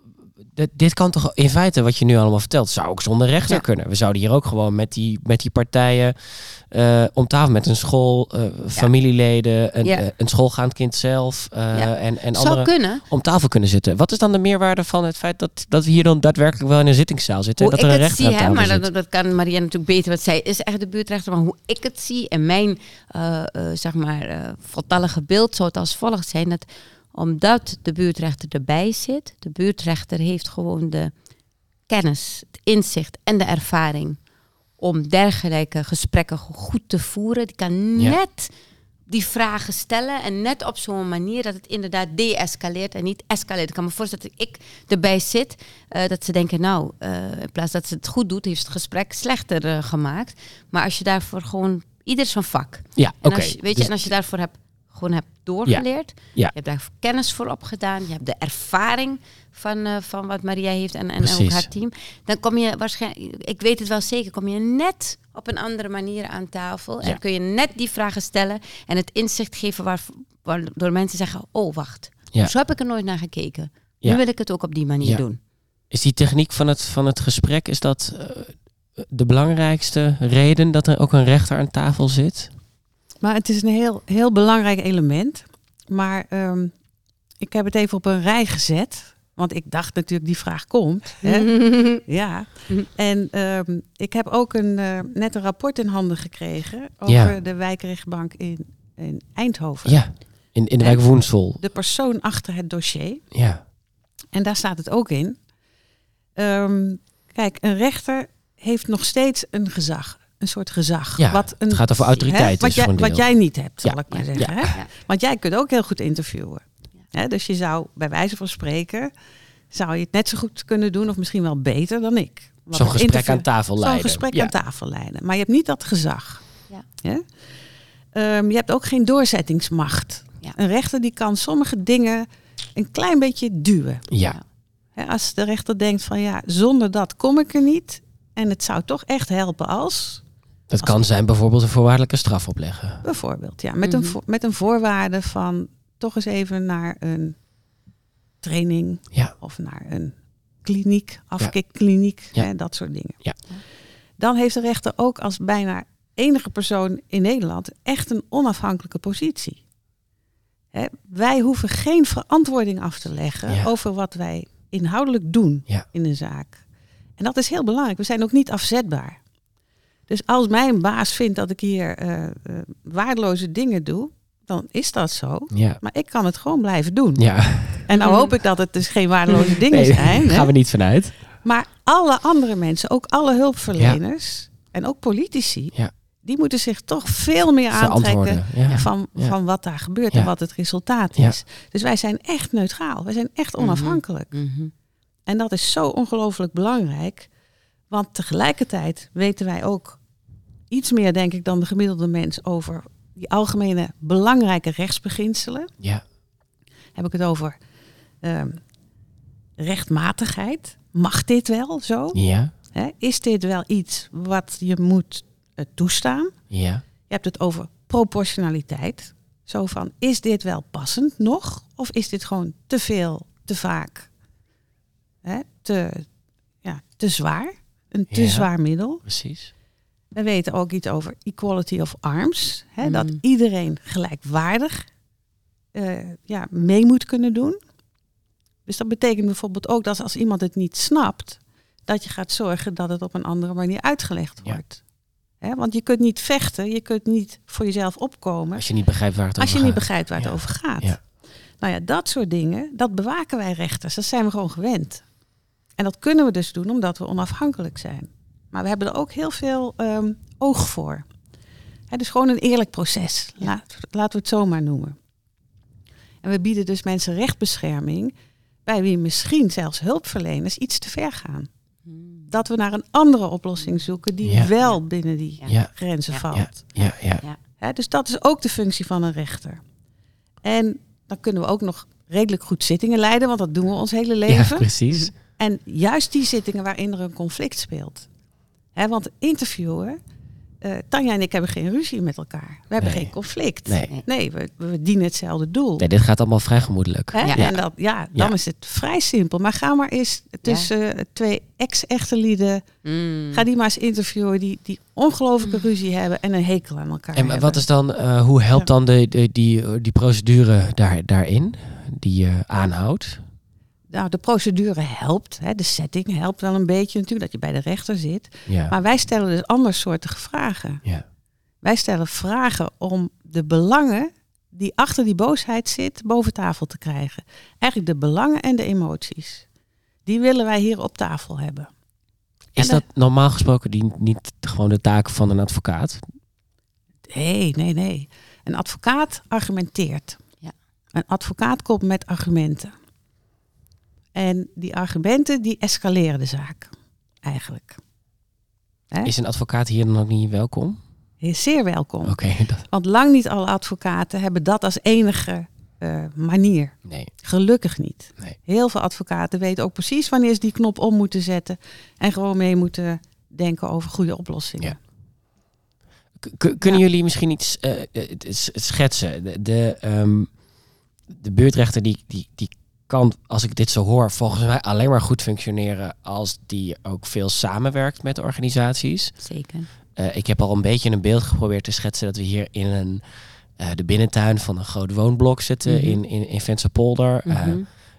D- dit kan toch in feite, wat je nu allemaal vertelt, zou ook zonder rechter ja. kunnen. We zouden hier ook gewoon met die, met die partijen uh, om tafel, met een school, uh, familieleden, een, ja. uh, een schoolgaand kind zelf uh, ja. en, en anderen kunnen. om tafel kunnen zitten. Wat is dan de meerwaarde van het feit dat, dat we hier dan daadwerkelijk wel in een zittingszaal zitten? Hoe en dat ik er een het rechter zie, aan hè, tafel maar zit? dat, dat kan Maria natuurlijk beter, want zij is echt de buurtrechter. Maar hoe ik het zie en mijn uh, uh, zeg maar uh, voltallige beeld zou het als volgt zijn, dat omdat de buurtrechter erbij zit, de buurtrechter heeft gewoon de kennis, het inzicht en de ervaring om dergelijke gesprekken goed te voeren. Die kan ja. net die vragen stellen en net op zo'n manier dat het inderdaad de-escaleert en niet escaleert. Ik kan me voorstellen dat ik erbij zit, uh, dat ze denken, nou, uh, in plaats dat ze het goed doet, heeft het gesprek slechter uh, gemaakt. Maar als je daarvoor gewoon, ieder zijn vak. Ja, oké. Okay. Weet je, dus en als je daarvoor hebt gewoon hebt doorgeleerd. Ja. Ja. Je hebt daar kennis voor opgedaan. Je hebt de ervaring van, uh, van wat Maria heeft en, en ook haar team. Dan kom je waarschijnlijk, ik weet het wel zeker, kom je net op een andere manier aan tafel. Ja. En kun je net die vragen stellen en het inzicht geven waar, waardoor mensen zeggen, oh wacht, ja. zo heb ik er nooit naar gekeken. Ja. Nu wil ik het ook op die manier ja. doen. Is die techniek van het, van het gesprek, is dat uh, de belangrijkste reden dat er ook een rechter aan tafel zit? Maar het is een heel, heel belangrijk element. Maar um, ik heb het even op een rij gezet. Want ik dacht natuurlijk die vraag komt. Hè? ja. En um, ik heb ook een, uh, net een rapport in handen gekregen over ja. de wijkrechtbank in, in Eindhoven. Ja. In, in de wijk Woensel. De persoon achter het dossier. Ja. En daar staat het ook in. Um, kijk, een rechter heeft nog steeds een gezag. Een soort gezag. Ja, wat een, het gaat over autoriteit. Hè, wat, jij, wat jij niet hebt, zal ja. ik maar Ja. zeggen. Ja. Hè? Ja. Want jij kunt ook heel goed interviewen. Ja. Hè, dus je zou bij wijze van spreken... zou je het net zo goed kunnen doen of misschien wel beter dan ik. Want Zo'n het gesprek interview- aan tafel leiden. Zo'n gesprek Ja. aan tafel leiden. Maar je hebt niet dat gezag. Ja. Ja? Um, je hebt ook geen doorzettingsmacht. Ja. Een rechter die kan sommige dingen een klein beetje duwen. Ja. Hè, als de rechter denkt van ja, zonder dat kom ik er niet. En het zou toch echt helpen als... Dat als kan zijn bijvoorbeeld een voorwaardelijke straf opleggen. Bijvoorbeeld, ja. Met, Mm-hmm. een, vo- met een voorwaarde van toch eens even naar een training Ja. of naar een kliniek, afkikkliniek, Ja. hè, dat soort dingen. Ja. Dan heeft de rechter ook als bijna enige persoon in Nederland echt een onafhankelijke positie. Hè, wij hoeven geen verantwoording af te leggen Ja. over wat wij inhoudelijk doen Ja. in een zaak. En dat is heel belangrijk. We zijn ook niet afzetbaar. Dus als mijn baas vindt dat ik hier uh, uh, waardeloze dingen doe, dan is dat zo. Ja. Maar ik kan het gewoon blijven doen. Ja. En nou hoop ik dat het dus geen waardeloze dingen Nee, zijn. daar gaan Hè? we niet vanuit. Maar alle andere mensen, ook alle hulpverleners en ook politici, Ja. die moeten zich toch veel meer aantrekken Verantwoorden. Ja. van, Ja. van wat daar gebeurt Ja. en wat het resultaat Ja. is. Dus wij zijn echt neutraal. Wij zijn echt onafhankelijk. Mm-hmm. En dat is zo ongelooflijk belangrijk. Want tegelijkertijd weten wij ook iets meer, denk ik, dan de gemiddelde mens over die algemene belangrijke rechtsbeginselen. Ja. Heb ik het over um, rechtmatigheid. Mag dit wel zo? Ja. Hè? Is dit wel iets wat je moet uh, toestaan? Ja. Je hebt het over proportionaliteit. Zo van, is dit wel passend nog? Of is dit gewoon te veel, te vaak, hè? Te, ja, te zwaar? Een te Ja. zwaar middel. Precies. We weten ook iets over equality of arms. Hè? Mm. Dat iedereen gelijkwaardig uh, ja, mee moet kunnen doen. Dus dat betekent bijvoorbeeld ook dat als iemand het niet snapt, dat je gaat zorgen dat het op een andere manier uitgelegd Ja. wordt. Hè? Want je kunt niet vechten, je kunt niet voor jezelf opkomen Als je niet begrijpt waar het als over je niet gaat. begrijpt waar het Ja. over gaat. Ja. Nou ja, dat soort dingen, dat bewaken wij rechters. Dat zijn we gewoon gewend. En dat kunnen we dus doen omdat we onafhankelijk zijn. Maar we hebben er ook heel veel um, oog voor. Hè, dus gewoon een eerlijk proces. Ja. Laat, laten we het zo maar noemen. En we bieden dus mensen rechtbescherming bij wie misschien zelfs hulpverleners iets te ver gaan. Dat we naar een andere oplossing zoeken die Ja. wel binnen die Ja. grenzen Ja. valt. Ja. Ja. Ja. Hè, dus dat is ook de functie van een rechter. En dan kunnen we ook nog redelijk goed zittingen leiden, want dat doen we ons hele Ja, leven. precies. En juist die zittingen waarin er een conflict speelt. Hè, want interviewen, uh, Tanja en ik hebben geen ruzie met elkaar. We hebben Nee. geen conflict. Nee. Nee, we, we dienen hetzelfde doel. Nee, dit gaat allemaal vrij gemoedelijk. Hè? Ja. En dat, ja, dan Ja. is het vrij simpel. Maar ga maar eens tussen uh, twee ex-echte lieden, Mm. ga die maar eens interviewen die, die ongelooflijke ruzie hebben en een hekel aan elkaar En hebben. wat is dan, uh, hoe helpt Ja. dan de, de, die, die procedure daar, daarin, die je aanhoudt? Nou, de procedure helpt. Hè, de setting helpt wel een beetje natuurlijk, dat je bij de rechter zit. Ja. Maar wij stellen dus andersoortige vragen. ja. Wij stellen vragen om de belangen die achter die boosheid zit, boven tafel te krijgen. Eigenlijk de belangen en de emoties. Die willen wij hier op tafel hebben. Is En dat normaal gesproken die, niet gewoon de taak van een advocaat? Nee, nee, nee. Een advocaat argumenteert. Ja. Een advocaat komt met argumenten. En die argumenten die escaleren de zaak. Eigenlijk. Hè? Is een advocaat hier dan ook niet welkom? Hij is zeer welkom. Oké, dat... Want lang niet alle advocaten hebben dat als enige uh, manier. Nee. Gelukkig niet. Nee. Heel veel advocaten weten ook precies wanneer ze die knop om moeten zetten. En gewoon mee moeten denken over goede oplossingen. Ja. K- kunnen Ja. jullie misschien iets uh, schetsen? De, de, um, de buurtrechter die, die, die kan, als ik dit zo hoor, volgens mij alleen maar goed functioneren als die ook veel samenwerkt met organisaties. Zeker. Uh, ik heb al een beetje een beeld geprobeerd te schetsen dat we hier in een, uh, de binnentuin van een groot woonblok zitten, mm-hmm. in, in, in Vensterpolder. Mm-hmm. Uh,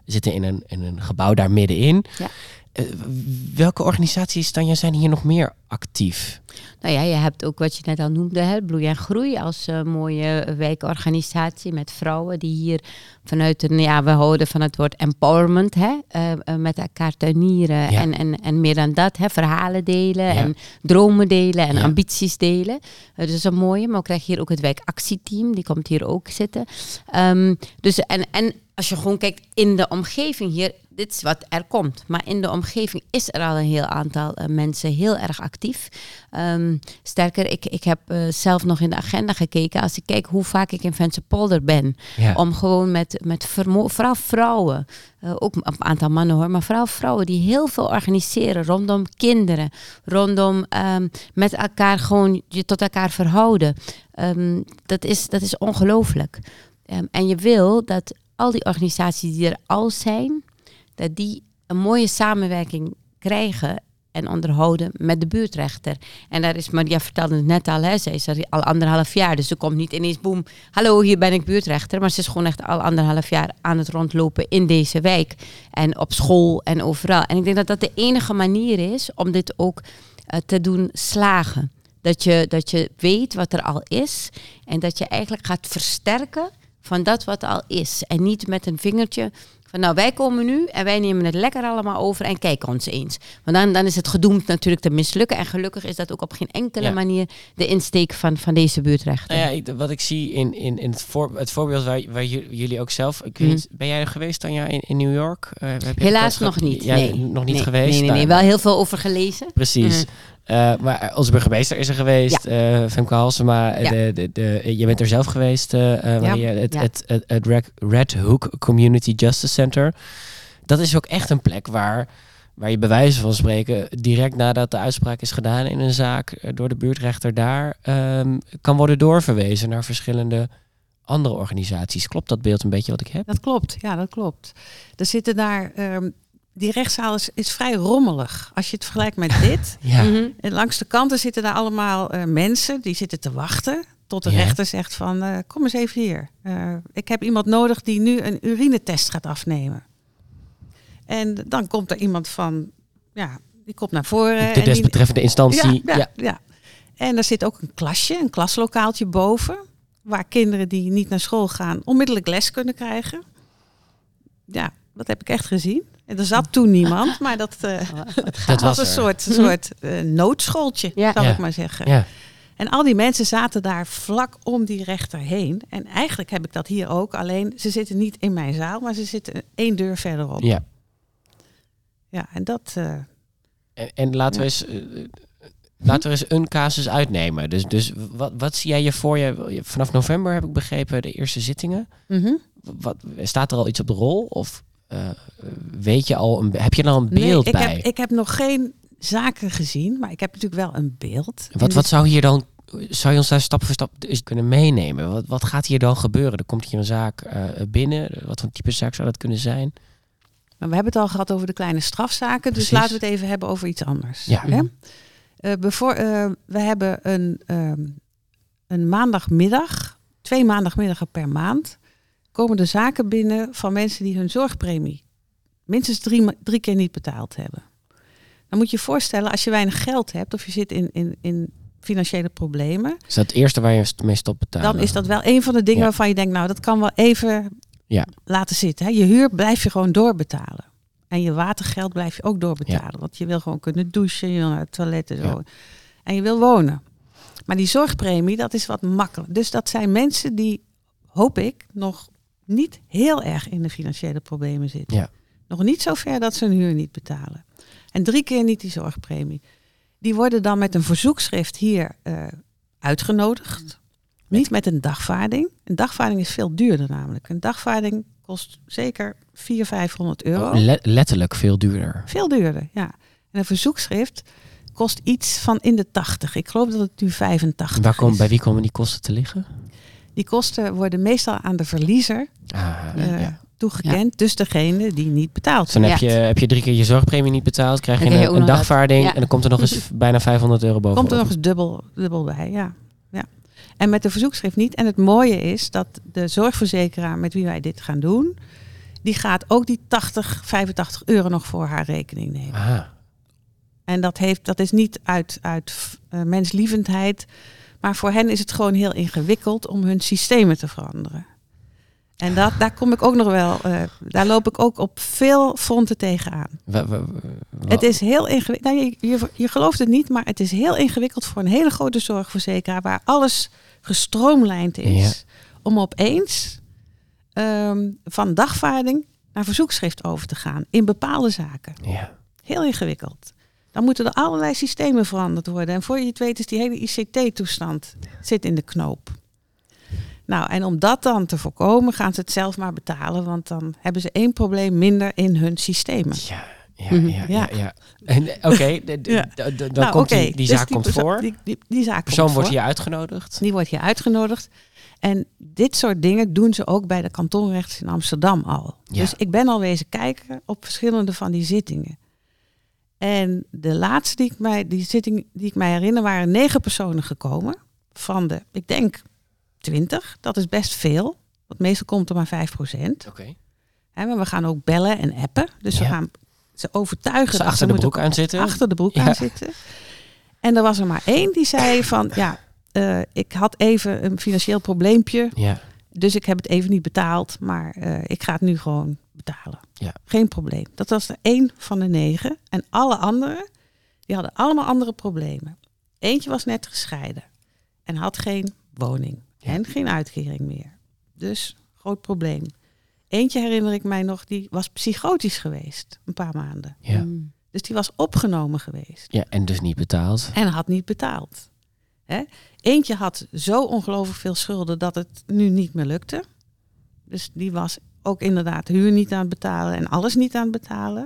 We zitten in een, in een gebouw daar middenin. Ja. Uh, welke organisaties, Tanja, zijn hier nog meer actief? Nou ja, je hebt ook wat je net al noemde, hè, Bloei en Groei als uh, mooie wijkorganisatie met vrouwen die hier vanuit een, ja, we houden van het woord empowerment, hè, uh, uh, met elkaar tuinieren ja. en, en, en meer dan dat, hè, verhalen delen ja. en dromen delen en ja. ambities delen. Uh, dus een mooie, maar we krijgen hier ook het wijkactieteam, die komt hier ook zitten. Um, dus en, en als je gewoon kijkt in de omgeving hier, dit is wat er komt. Maar in de omgeving is er al een heel aantal uh, mensen heel erg actief. Um, sterker, ik, ik heb uh, zelf nog in de agenda gekeken. Als ik kijk hoe vaak ik in Vensterpolder ben. Ja. Om gewoon met, met vermo- vooral vrouwen. Uh, ook een aantal mannen hoor. Maar vooral vrouwen die heel veel organiseren. Rondom kinderen. Rondom um, met elkaar gewoon je tot elkaar verhouden. Um, dat is, dat is ongelooflijk. Um, en je wil dat al die organisaties die er al zijn, dat die een mooie samenwerking krijgen en onderhouden met de buurtrechter. En daar is, Maria vertelde het net al, hè, zij is er al anderhalf jaar. Dus ze komt niet ineens, boem, hallo, hier ben ik buurtrechter. Maar ze is gewoon echt al anderhalf jaar aan het rondlopen in deze wijk. En op school en overal. En ik denk dat dat de enige manier is om dit ook uh, te doen slagen. Dat je, dat je weet wat er al is. En dat je eigenlijk gaat versterken van dat wat al is. En niet met een vingertje van nou, wij komen nu en wij nemen het lekker allemaal over en kijken ons eens. Want dan, dan is het gedoemd natuurlijk te mislukken. En gelukkig is dat ook op geen enkele ja. manier de insteek van, van deze buurtrechter. Nou ja, ik, wat ik zie in, in, in het, voor, het voorbeeld waar, waar jullie ook zelf... Ik weet niet, ben jij er geweest, Tanja, in, in New York? Uh, heb je Helaas nog niet. Ja, nee. nog niet nee, geweest? Nee, nee, nee. Wel heel veel over gelezen. Precies. Mm. Uh, maar onze burgemeester is er geweest, ja. uh, Femke Halsema. Ja. De, de, de, je bent er zelf geweest, uh, Maria. Ja. Het, ja. het, het, het, het Red Hook Community Justice Center. Dat is ook echt een plek waar, waar je bij wijze van spreken direct nadat de uitspraak is gedaan in een zaak door de buurtrechter daar um, kan worden doorverwezen naar verschillende andere organisaties. Klopt dat beeld een beetje wat ik heb? Dat klopt, ja, dat klopt. Er zitten daar... Um Die rechtszaal is, is vrij rommelig. Als je het vergelijkt met dit. ja. mm-hmm. En langs de kanten zitten daar allemaal uh, mensen die zitten te wachten. Tot de ja. rechter zegt van uh, kom eens even hier. Uh, ik heb iemand nodig die nu een urinetest gaat afnemen. En dan komt er iemand van, ja, die komt naar voren. De desbetreffende die, instantie. Ja, ja, ja. En er zit ook een klasje, een klaslokaaltje boven. Waar kinderen die niet naar school gaan onmiddellijk les kunnen krijgen. Ja, dat heb ik echt gezien. En er zat toen niemand, maar dat, uh, dat was een soort, een soort uh, noodschooltje, ja. zal ja. ik maar zeggen. Ja. En al die mensen zaten daar vlak om die rechter heen. En eigenlijk heb ik dat hier ook. Alleen, ze zitten niet in mijn zaal, maar ze zitten één deur verderop. Ja. Ja, en dat... Uh, en, en laten we ja. eens... Uh, Laten we eens een casus uitnemen. Dus, dus wat, wat zie jij je voor je? Vanaf november heb ik begrepen de eerste zittingen. Mm-hmm. Wat, staat er al iets op de rol? Of uh, weet je al een, heb je er al een beeld nee, ik bij? Heb, ik heb nog geen zaken gezien, maar ik heb natuurlijk wel een beeld. Wat, wat zou hier dan? Zou je ons daar stap voor stap kunnen meenemen? Wat, wat gaat hier dan gebeuren? Er komt hier een zaak uh, binnen. Wat voor type zaak zou dat kunnen zijn? Maar we hebben het al gehad over de kleine strafzaken, dus Precies. laten we het even hebben over iets anders. Ja. Hè? Uh, bevoor, uh, we hebben een, um, een maandagmiddag, twee maandagmiddagen per maand, komen de zaken binnen van mensen die hun zorgpremie minstens drie, drie keer niet betaald hebben. Dan moet je je voorstellen, als je weinig geld hebt of je zit in, in, in financiële problemen. Is dat het eerste waar je mee stopt betalen? Dan is dat wel een van de dingen ja. waarvan je denkt, nou dat kan wel even ja. laten zitten. Hè. Je huur blijf je gewoon doorbetalen. En je watergeld blijf je ook doorbetalen. Ja. Want je wil gewoon kunnen douchen, je wil naar het toilet en zo. Ja. En je wil wonen. Maar die zorgpremie, dat is wat makkelijk. Dus dat zijn mensen die, hoop ik, nog niet heel erg in de financiële problemen zitten. Ja. Nog niet zo ver dat ze hun huur niet betalen. En drie keer niet die zorgpremie. Die worden dan met een verzoekschrift hier uh, uitgenodigd. Niet met een dagvaarding. Een dagvaarding is veel duurder namelijk. Een dagvaarding kost zeker vierhonderd, vijfhonderd euro. Oh, le- letterlijk veel duurder. Veel duurder, ja. En een verzoekschrift kost iets van in de tachtig. Ik geloof dat het nu vijfentachtig Waar kom, is. Bij wie komen die kosten te liggen? Die kosten worden meestal aan de verliezer ah, uh, ja. toegekend. Ja. Dus degene die niet betaalt. Dus dan heb, ja. je, heb je drie keer je zorgpremie niet betaald. Krijg je een, een dagvaarding. Ja. En dan komt er nog eens bijna vijfhonderd euro bovenop. Komt er nog eens dubbel, dubbel bij, ja. ja. En met de verzoekschrift niet. En het mooie is dat de zorgverzekeraar met wie wij dit gaan doen, die gaat ook die tachtig, vijfentachtig euro nog voor haar rekening nemen. Aha. En dat, heeft, dat is niet uit, uit uh, menslievendheid, maar voor hen is het gewoon heel ingewikkeld om hun systemen te veranderen. En dat, daar kom ik ook nog wel, uh, daar loop ik ook op veel fronten tegenaan. Wa, wa, wa, Het is heel ingewikkeld. Nou, je, je, je gelooft het niet, maar het is heel ingewikkeld voor een hele grote zorgverzekeraar waar alles gestroomlijnd is, ja. om opeens um, van dagvaarding naar verzoekschrift over te gaan in bepaalde zaken. Ja. Heel ingewikkeld. Dan moeten er allerlei systemen veranderd worden. En voor je het weet is die hele I C T-toestand zit in de knoop. Nou, en om dat dan te voorkomen, gaan ze het zelf maar betalen. Want dan hebben ze één probleem minder in hun systemen. Ja, ja, ja. ja, ja. Oké, okay, ja. dan nou, komt okay. die, die zaak dus die, komt perso- voor. Die, die, die zaak persoon komt wordt voor. hier uitgenodigd. Die wordt hier uitgenodigd. En dit soort dingen doen ze ook bij de kantonrechters in Amsterdam al. Ja. Dus ik ben al wezen kijken op verschillende van die zittingen. En de laatste die ik mij, die zitting die ik mij herinner, waren negen personen gekomen. Van de, ik denk, twintig. Dat is best veel. Want meestal komt er maar vijf procent. Okay. He, maar we gaan ook bellen en appen. Dus ja. we gaan ze overtuigen. Ze achter de broek aan zitten. Achter de broek ja. aan zitten. En er was er maar één die zei van, ja, uh, ik had even een financieel probleempje. Ja. Dus ik heb het even niet betaald. Maar uh, ik ga het nu gewoon betalen. Ja. Geen probleem. Dat was er één van de negen. En alle anderen, die hadden allemaal andere problemen. Eentje was net gescheiden. En had geen woning. Ja. En geen uitkering meer. Dus groot probleem. Eentje herinner ik mij nog, die was psychotisch geweest. Een paar maanden. Ja. Mm. Dus die was opgenomen geweest. Ja, en dus niet betaald. En had niet betaald. Hè? Eentje had zo ongelooflijk veel schulden dat het nu niet meer lukte. Dus die was ook inderdaad huur niet aan het betalen en alles niet aan het betalen.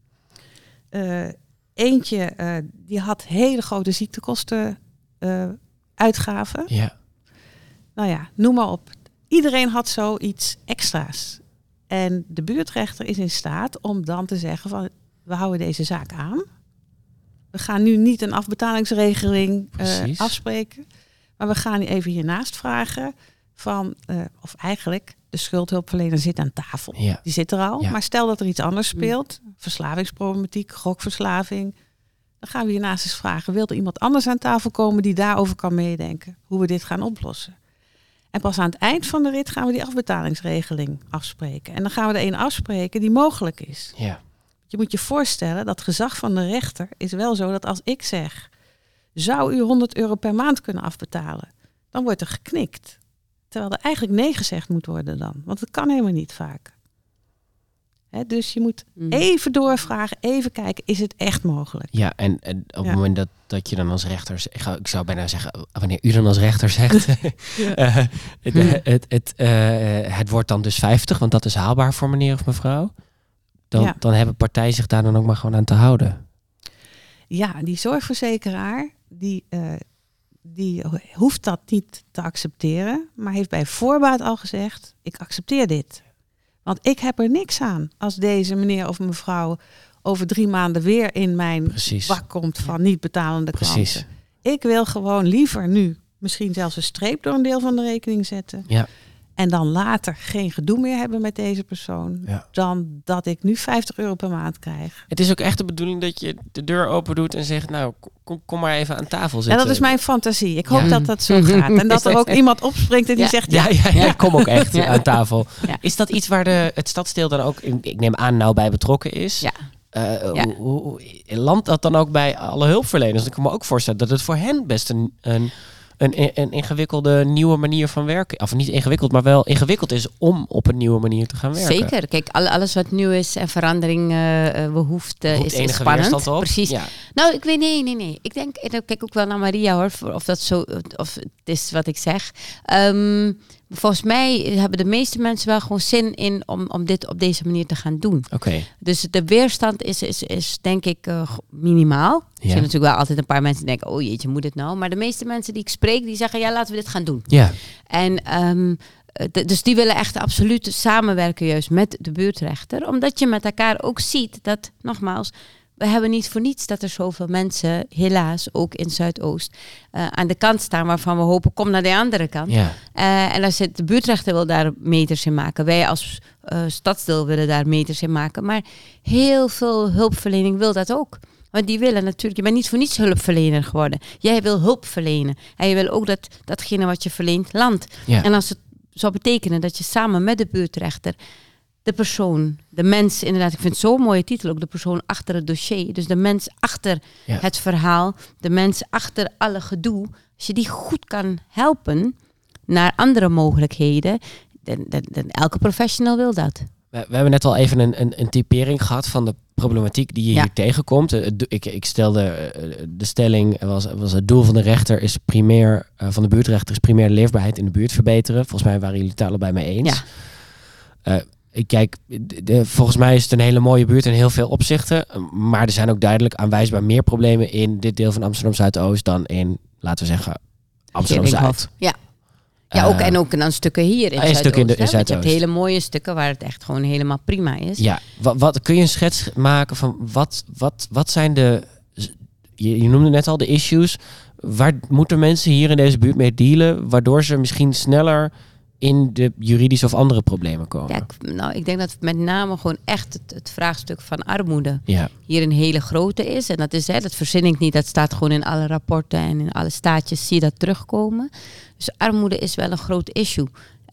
Uh, eentje, uh, die had hele grote ziektekosten uh, uitgaven. Ja. Nou ja, noem maar op. Iedereen had zoiets extra's. En de buurtrechter is in staat om dan te zeggen van, we houden deze zaak aan. We gaan nu niet een afbetalingsregeling uh, afspreken. Maar we gaan even hiernaast vragen van, uh, of eigenlijk, de schuldhulpverlener zit aan tafel. Ja. Die zit er al. Ja. Maar stel dat er iets anders speelt, verslavingsproblematiek, gokverslaving. Dan gaan we hiernaast eens vragen, wil er iemand anders aan tafel komen die daarover kan meedenken? Hoe we dit gaan oplossen. En pas aan het eind van de rit gaan we die afbetalingsregeling afspreken. En dan gaan we er een afspreken die mogelijk is. Ja. Je moet je voorstellen, dat gezag van de rechter is wel zo dat als ik zeg, zou u honderd euro per maand kunnen afbetalen? Dan wordt er geknikt. Terwijl er eigenlijk nee gezegd moet worden dan. Want dat kan helemaal niet vaak. Hè, dus je moet mm. even doorvragen, even kijken, is het echt mogelijk? Ja, en, en op ja. het moment dat, dat je dan als rechter, ik, ga, ik zou bijna zeggen, wanneer u dan als rechter zegt, ja. uh, het, mm. het, het, uh, het wordt dan dus vijftig, want dat is haalbaar voor meneer of mevrouw. Dan, ja. dan hebben partijen zich daar dan ook maar gewoon aan te houden. Ja, die zorgverzekeraar, die, uh, die hoeft dat niet te accepteren, maar heeft bij voorbaat al gezegd, ik accepteer dit. Want ik heb er niks aan als deze meneer of mevrouw over drie maanden weer in mijn Precies. bak komt van niet betalende Precies. klanten. Ik wil gewoon liever nu misschien zelfs een streep door een deel van de rekening zetten. Ja. En dan later geen gedoe meer hebben met deze persoon. Ja. Dan dat ik nu vijftig euro per maand krijg. Het is ook echt de bedoeling dat je de deur open doet en zegt, nou, kom, kom maar even aan tafel zitten. Ja, dat is mijn fantasie. Ik hoop ja. dat dat zo gaat. En dat er ook iemand opspringt en die ja. zegt, ja. Ja, ja, ja, ik kom ook echt ja. aan tafel. Ja. Is dat iets waar de, het stadsdeel dan ook, ik neem aan, nou bij betrokken is? Ja. Uh, ja. hoe, hoe, landt dat dan ook bij alle hulpverleners? Ik kan me ook voorstellen dat het voor hen best een... een Een, een ingewikkelde nieuwe manier van werken. Of niet ingewikkeld, maar wel ingewikkeld is om op een nieuwe manier te gaan werken. Zeker. Kijk, alles wat nieuw is en verandering uh, behoeft, uh, is, is spannend. Op. Precies. Ja. Nou, ik weet nee, nee, nee. Ik denk, ik kijk ook wel naar Maria hoor, of dat zo, of het is wat ik zeg. Um, volgens mij hebben de meeste mensen wel gewoon zin in om, om dit op deze manier te gaan doen. Okay. Dus de weerstand is, is, is denk ik uh, minimaal. Er ja. zijn natuurlijk wel altijd een paar mensen die denken, oh jeetje, moet het nou? Maar de meeste mensen die ik spreek, die zeggen, ja, laten we dit gaan doen. Ja. En um, d- dus die willen echt absoluut samenwerken juist met de buurtrechter. Omdat je met elkaar ook ziet dat, nogmaals, we hebben niet voor niets dat er zoveel mensen, helaas ook in Zuidoost, uh, aan de kant staan waarvan we hopen, kom naar de andere kant. Ja. Uh, en daar zit de buurtrechter wil daar meters in maken. Wij als uh, stadsdeel willen daar meters in maken. Maar heel veel hulpverlening wil dat ook. Want die willen natuurlijk, je bent niet voor niets hulpverlener geworden. Jij wil hulp verlenen. En je wil ook dat datgene wat je verleent landt. Ja. En als het zou betekenen dat je samen met de buurtrechter de persoon, de mens, inderdaad, ik vind het zo'n mooie titel ook, de persoon achter het dossier. Dus de mens achter ja. het verhaal, de mens achter alle gedoe. Als je die goed kan helpen naar andere mogelijkheden, dan, dan, dan elke professional wil dat. We, we hebben net al even een, een, een typering gehad van de problematiek die je ja. hier tegenkomt. Ik, ik stelde de stelling, was, was het doel van de rechter is primair, van de buurtrechter is primair de leefbaarheid in de buurt verbeteren. Volgens mij waren jullie het allebei mee eens. Ja. Uh, Kijk, de, de, volgens mij is het een hele mooie buurt in heel veel opzichten. Maar er zijn ook duidelijk aanwijsbaar meer problemen in dit deel van Amsterdam Zuidoost dan in, laten we zeggen, Amsterdam Zuid. Ja, ja ook, uh, en ook dan stukken hier in Zuidoost. Stuk in de, in Zuidoost. Je hebt hele mooie stukken waar het echt gewoon helemaal prima is. Ja, wat, wat kun je een schets maken van wat, wat, wat zijn de, je, je noemde net al de issues. Waar moeten mensen hier in deze buurt mee dealen, waardoor ze misschien sneller in de juridische of andere problemen komen? Ja, nou, ik denk dat met name gewoon echt het, het vraagstuk van armoede ja. hier een hele grote is. En dat is, hè, dat verzin ik niet, dat staat gewoon in alle rapporten en in alle staatjes zie je dat terugkomen. Dus armoede is wel een groot issue.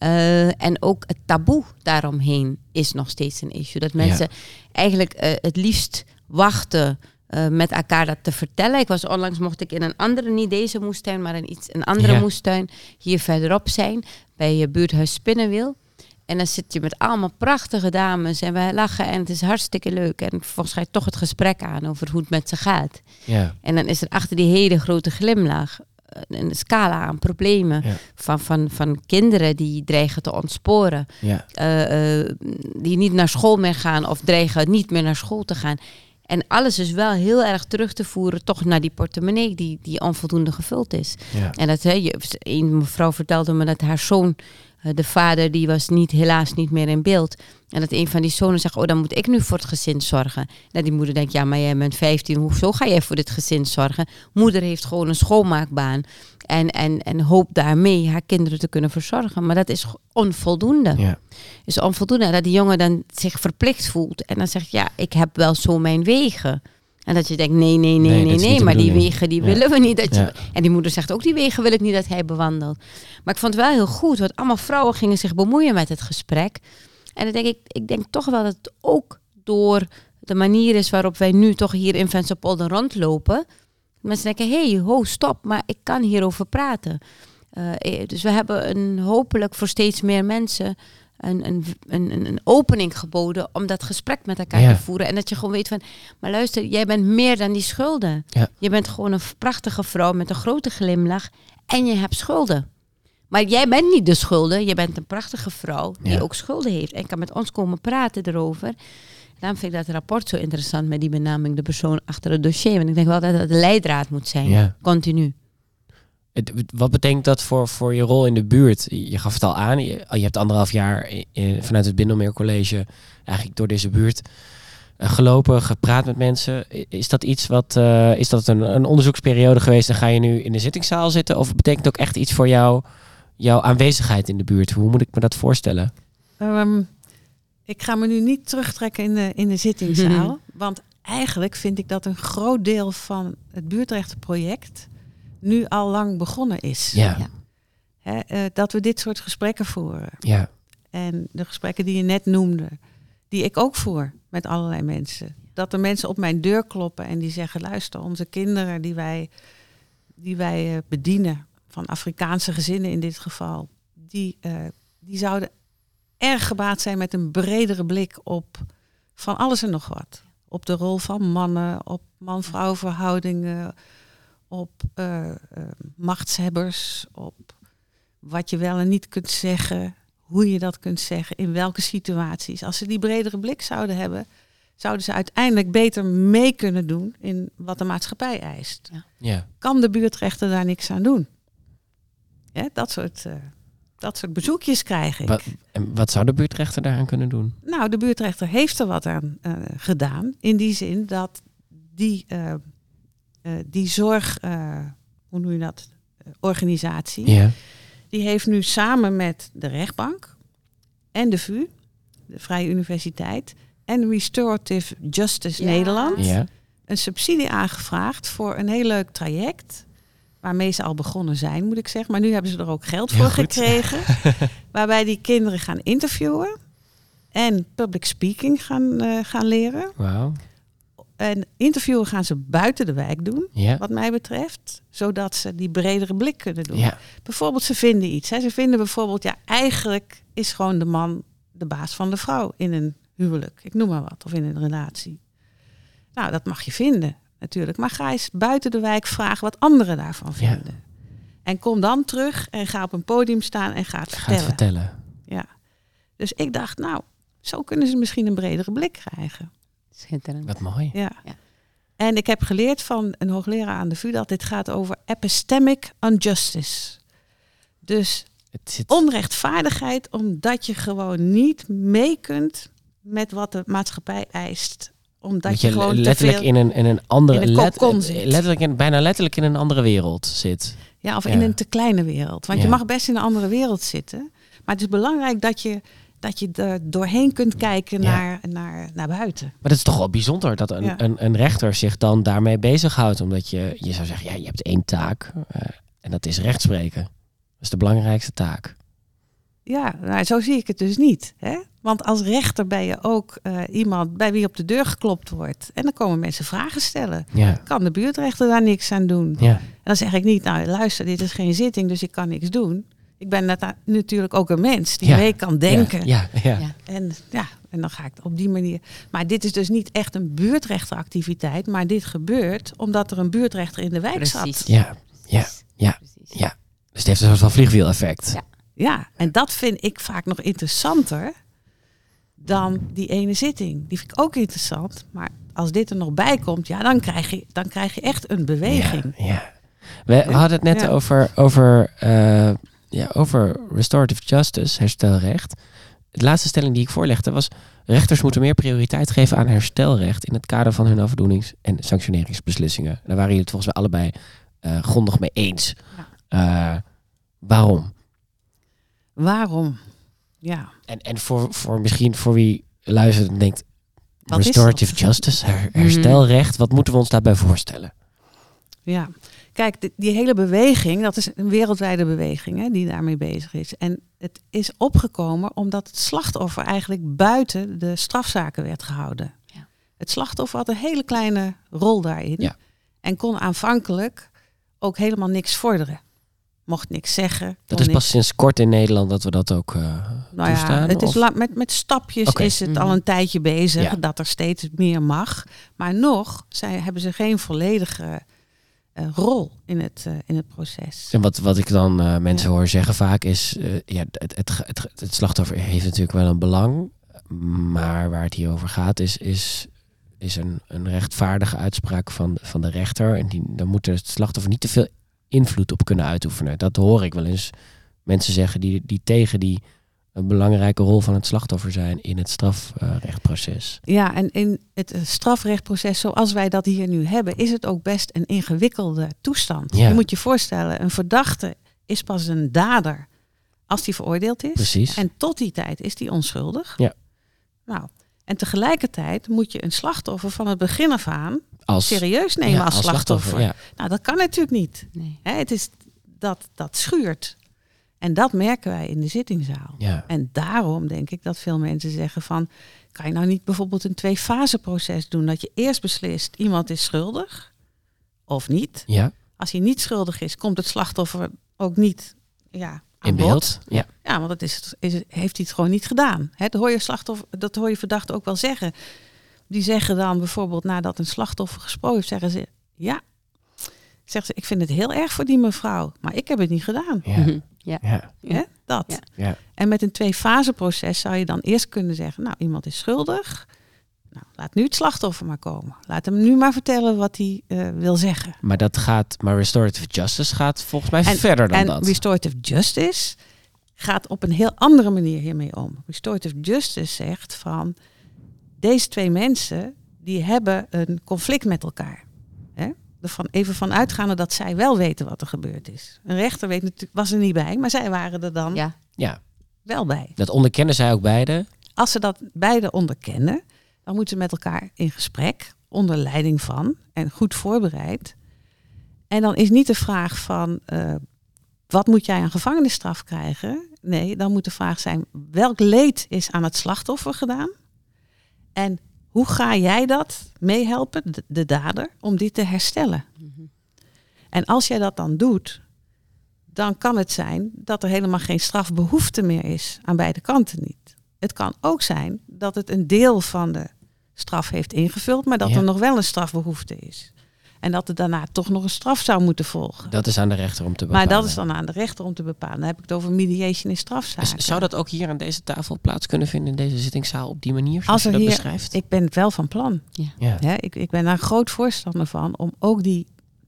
Uh, en ook het taboe daaromheen is nog steeds een issue. Dat mensen ja. eigenlijk uh, het liefst wachten Uh, met elkaar dat te vertellen. Ik was onlangs, mocht ik in een andere, niet deze moestuin, maar een, iets, een andere ja. moestuin hier verderop zijn, bij je buurthuis Spinnenwiel. En dan zit je met allemaal prachtige dames en wij lachen en het is hartstikke leuk. En volgens ga je toch het gesprek aan over hoe het met ze gaat. Ja. En dan is er achter die hele grote glimlach een scala aan problemen ja. van, van, van kinderen die dreigen te ontsporen. Ja. Uh, uh, die niet naar school meer gaan of dreigen niet meer naar school te gaan. En alles is wel heel erg terug te voeren toch naar die portemonnee die, die onvoldoende gevuld is. Ja. En dat, he, een mevrouw vertelde me dat haar zoon, de vader, die was niet, helaas niet meer in beeld. En dat een van die zonen zegt, oh, dan moet ik nu voor het gezin zorgen. En die moeder denkt, ja, maar jij bent vijftien, hoezo ga jij voor dit gezin zorgen? Moeder heeft gewoon een schoonmaakbaan en, en, en hoopt daarmee haar kinderen te kunnen verzorgen. Maar dat is onvoldoende. Ja. Is onvoldoende. En dat die jongen dan zich verplicht voelt en dan zegt, ja, ik heb wel zo mijn wegen. En dat je denkt, nee, nee, nee, nee, nee, nee maar die wegen, die ja. willen we niet. Dat je... ja. En die moeder zegt ook, die wegen wil ik niet dat hij bewandelt. Maar ik vond het wel heel goed, want allemaal vrouwen gingen zich bemoeien met het gesprek. En dan denk ik, ik denk toch wel dat het ook door de manier is waarop wij nu toch hier in Vensterpolder rondlopen. Mensen denken, hé, hey, ho, stop, maar ik kan hierover praten. Uh, dus we hebben een, hopelijk voor steeds meer mensen Een, een, een, een opening geboden om dat gesprek met elkaar ja. te voeren. En dat je gewoon weet van, maar luister, jij bent meer dan die schulden. Ja. Je bent gewoon een prachtige vrouw met een grote glimlach en je hebt schulden. Maar jij bent niet de schulden, je bent een prachtige vrouw die ja. ook schulden heeft. En kan met ons komen praten erover. Daarom vind ik dat rapport zo interessant met die benaming de persoon achter het dossier. Want ik denk wel dat het de leidraad moet zijn, ja. continu. Wat betekent dat voor, voor je rol in de buurt? Je gaf het al aan, je, je hebt anderhalf jaar in, vanuit het Bindelmeer College eigenlijk door deze buurt uh, gelopen, gepraat met mensen. Is dat iets wat, uh, is dat een, een onderzoeksperiode geweest en ga je nu in de zittingszaal zitten? Of betekent het ook echt iets voor jou, jouw aanwezigheid in de buurt? Hoe moet ik me dat voorstellen? Um, ik ga me nu niet terugtrekken in de, in de zittingszaal, mm-hmm. want eigenlijk vind ik dat een groot deel van het buurtrechtenproject nu al lang begonnen is. Ja. Ja. He, uh, dat we dit soort gesprekken voeren. Ja. En de gesprekken die je net noemde, die ik ook voer met allerlei mensen. Dat er mensen op mijn deur kloppen en die zeggen, luister, onze kinderen die wij, die wij uh, bedienen, van Afrikaanse gezinnen in dit geval, die, uh, die zouden erg gebaat zijn met een bredere blik op van alles en nog wat. Op de rol van mannen, op man-vrouw verhoudingen, op uh, uh, machtshebbers, op wat je wel en niet kunt zeggen, hoe je dat kunt zeggen, in welke situaties. Als ze die bredere blik zouden hebben, zouden ze uiteindelijk beter mee kunnen doen in wat de maatschappij eist. Ja. Ja. Kan de buurtrechter daar niks aan doen? Ja, dat soort, uh, dat soort bezoekjes krijg ik. Wat, en wat zou de buurtrechter daaraan kunnen doen? Nou, de buurtrechter heeft er wat aan uh, gedaan, in die zin dat die... Uh, Uh, die zorg, uh, hoe noem je dat, uh, organisatie, ja. die heeft nu samen met de rechtbank en de V U de Vrije Universiteit en Restorative Justice Ja. Nederland Ja. een subsidie aangevraagd voor een heel leuk traject. Waarmee ze al begonnen zijn, moet ik zeggen. Maar nu hebben ze er ook geld voor Heel goed. gekregen. Waarbij die kinderen gaan interviewen. En public speaking gaan, uh, gaan leren. Wauw. En interviewen gaan ze buiten de wijk doen, Ja. wat mij betreft. Zodat ze die bredere blik kunnen doen. Ja. Bijvoorbeeld, ze vinden iets. Hè. Ze vinden bijvoorbeeld, ja, eigenlijk is gewoon de man de baas van de vrouw in een huwelijk. Ik noem maar wat. Of in een relatie. Nou, dat mag je vinden, natuurlijk. Maar ga eens buiten de wijk vragen wat anderen daarvan Ja. vinden. En kom dan terug en ga op een podium staan en ga het Ga vertellen. het vertellen. Ja. Dus ik dacht, nou, zo kunnen ze misschien een bredere blik krijgen. Schitterend. Wat mooi. Ja. Ja. En ik heb geleerd van een hoogleraar aan de V U dat dit gaat over epistemic unjustice. Dus Het zit... onrechtvaardigheid omdat je gewoon niet mee kunt met wat de maatschappij eist. Omdat Dat je, je gewoon letterlijk te veel... in een, in een andere... in een let- kokon zit. letterlijk in, bijna letterlijk in een andere wereld zit. Ja, of Ja. in een te kleine wereld. Want Ja. je mag best in een andere wereld zitten. Maar het is belangrijk dat je, dat je er doorheen kunt kijken Ja. naar, naar, naar buiten. Maar dat is toch wel bijzonder dat een, Ja. een, een rechter zich dan daarmee bezighoudt. Omdat je, je zou zeggen, ja, je hebt één taak. eh, en dat is rechtspreken. Dat is de belangrijkste taak. Ja, nou, zo zie ik het dus niet. Hè? Want als rechter ben je ook uh, iemand bij wie op de deur geklopt wordt. En dan komen mensen vragen stellen. Ja. Kan de buurtrechter daar niks aan doen? Ja. En dan zeg ik niet, nou luister, dit is geen zitting, dus ik kan niks doen. Ik ben nat- natuurlijk ook een mens die Ja. mee kan denken. Ja. Ja. Ja. En ja, en dan ga ik op die manier. Maar dit is dus niet echt een buurtrechteractiviteit, maar dit gebeurt omdat er een buurtrechter in de wijk Precies. zat. Ja. Ja. Ja. Precies. Ja. Dus het heeft een soort van vliegwiel-effect. Ja. Ja, en dat vind ik vaak nog interessanter dan die ene zitting. Die vind ik ook interessant. Maar als dit er nog bij komt, ja, dan krijg je, dan krijg je echt een beweging. Ja, ja. We hadden het net Ja. over, over, uh, ja, over restorative justice, herstelrecht. De laatste stelling die ik voorlegde was: rechters moeten meer prioriteit geven aan herstelrecht in het kader van hun afdoenings- en sanctioneringsbeslissingen. Daar waren jullie het volgens mij allebei uh, grondig mee eens. Ja. Uh, waarom? Waarom? Ja. En, en voor, voor misschien voor wie luistert en denkt, Wat restorative justice, her, herstelrecht, wat moeten we ons daarbij voorstellen? Ja, kijk, die, die hele beweging, dat is een wereldwijde beweging hè, die daarmee bezig is. En het is opgekomen omdat het slachtoffer eigenlijk buiten de strafzaken werd gehouden. Ja. Het slachtoffer had een hele kleine rol daarin. Ja. En kon aanvankelijk ook helemaal niks vorderen. Mocht niks zeggen. Dat is niks. pas sinds kort in Nederland dat we dat ook uh, nou toestaan? Ja, het is of? la- met, met stapjes Okay. is het al een tijdje bezig. Ja. Dat er steeds meer mag. Maar nog zij, hebben ze geen volledige uh, rol in het, uh, in het proces. En wat, wat ik dan uh, mensen Ja. hoor zeggen vaak is, uh, ja, het, het, het, het slachtoffer heeft natuurlijk wel een belang. Maar waar het hier over gaat is, is, is een, een rechtvaardige uitspraak van, van de rechter. En die, dan moet het slachtoffer niet te veel invloed op kunnen uitoefenen. Dat hoor ik wel eens mensen zeggen die, die tegen die een belangrijke rol van het slachtoffer zijn in het strafrechtproces. Uh, ja, en in het strafrechtproces zoals wij dat hier nu hebben, is het ook best een ingewikkelde toestand. Ja. Je moet je voorstellen, een verdachte is pas een dader als die veroordeeld is. Precies. En tot die tijd is die onschuldig. Ja. Nou, en tegelijkertijd moet je een slachtoffer van het begin af aan Als, serieus nemen ja, als, als slachtoffer. slachtoffer ja. Nou, dat kan natuurlijk niet. Nee. Hè, het is, dat, dat schuurt. En dat merken wij in de zittingzaal. Ja. En daarom denk ik dat veel mensen zeggen van, kan je nou niet bijvoorbeeld een twee-fase proces doen? Dat je eerst beslist, iemand is schuldig of niet. Ja. Als hij niet schuldig is, komt het slachtoffer ook niet ja, aan in bod. beeld. Ja. Ja, want dat is, is, heeft hij het gewoon niet gedaan. Hè, dat hoor je slachtoffer, dat hoor je verdachte ook wel zeggen. Die zeggen dan bijvoorbeeld nadat een slachtoffer gesproken heeft, zeggen ze, ja, zegt ze, ik vind het heel erg voor die mevrouw, maar ik heb het niet gedaan. Ja. Mm-hmm. Ja. Ja. Hè, dat. Ja. Ja. En met een twee-fase proces zou je dan eerst kunnen zeggen, nou, iemand is schuldig. Nou, laat nu het slachtoffer maar komen. Laat hem nu maar vertellen wat hij uh, wil zeggen. Maar dat gaat, maar restorative justice gaat volgens mij En, verder dan en dat. restorative justice gaat op een heel andere manier hiermee om. Restorative justice zegt van, deze twee mensen die hebben een conflict met elkaar. Hè? Ervan, even van uitgaande dat zij wel weten wat er gebeurd is. Een rechter weet natuurlijk, was er niet bij, maar zij waren er dan Ja. Ja. wel bij. Dat onderkennen zij ook beide. als ze dat beide onderkennen, dan moeten ze met elkaar in gesprek, onder leiding van en goed voorbereid. En dan is niet de vraag van, uh, wat moet jij aan gevangenisstraf krijgen? Nee, dan moet de vraag zijn, welk leed is aan het slachtoffer gedaan? En hoe ga jij dat meehelpen, de, de dader, om dit te herstellen? Mm-hmm. En als jij dat dan doet, dan kan het zijn dat er helemaal geen strafbehoefte meer is, aan beide kanten niet. Het kan ook zijn dat het een deel van de straf heeft ingevuld, maar dat ja. er nog wel een strafbehoefte is. En dat er daarna toch nog een straf zou moeten volgen. Dat is aan de rechter om te bepalen. Maar dat is dan aan de rechter om te bepalen. Dan heb ik het over mediation in strafzaken. Zou dat ook hier aan deze tafel plaats kunnen vinden, in deze zittingszaal, op die manier, zoals Als er je dat hier, beschrijft? Ik ben wel van plan. Ja. Ja. Ja, ik, ik ben daar een groot voorstander van om ook die,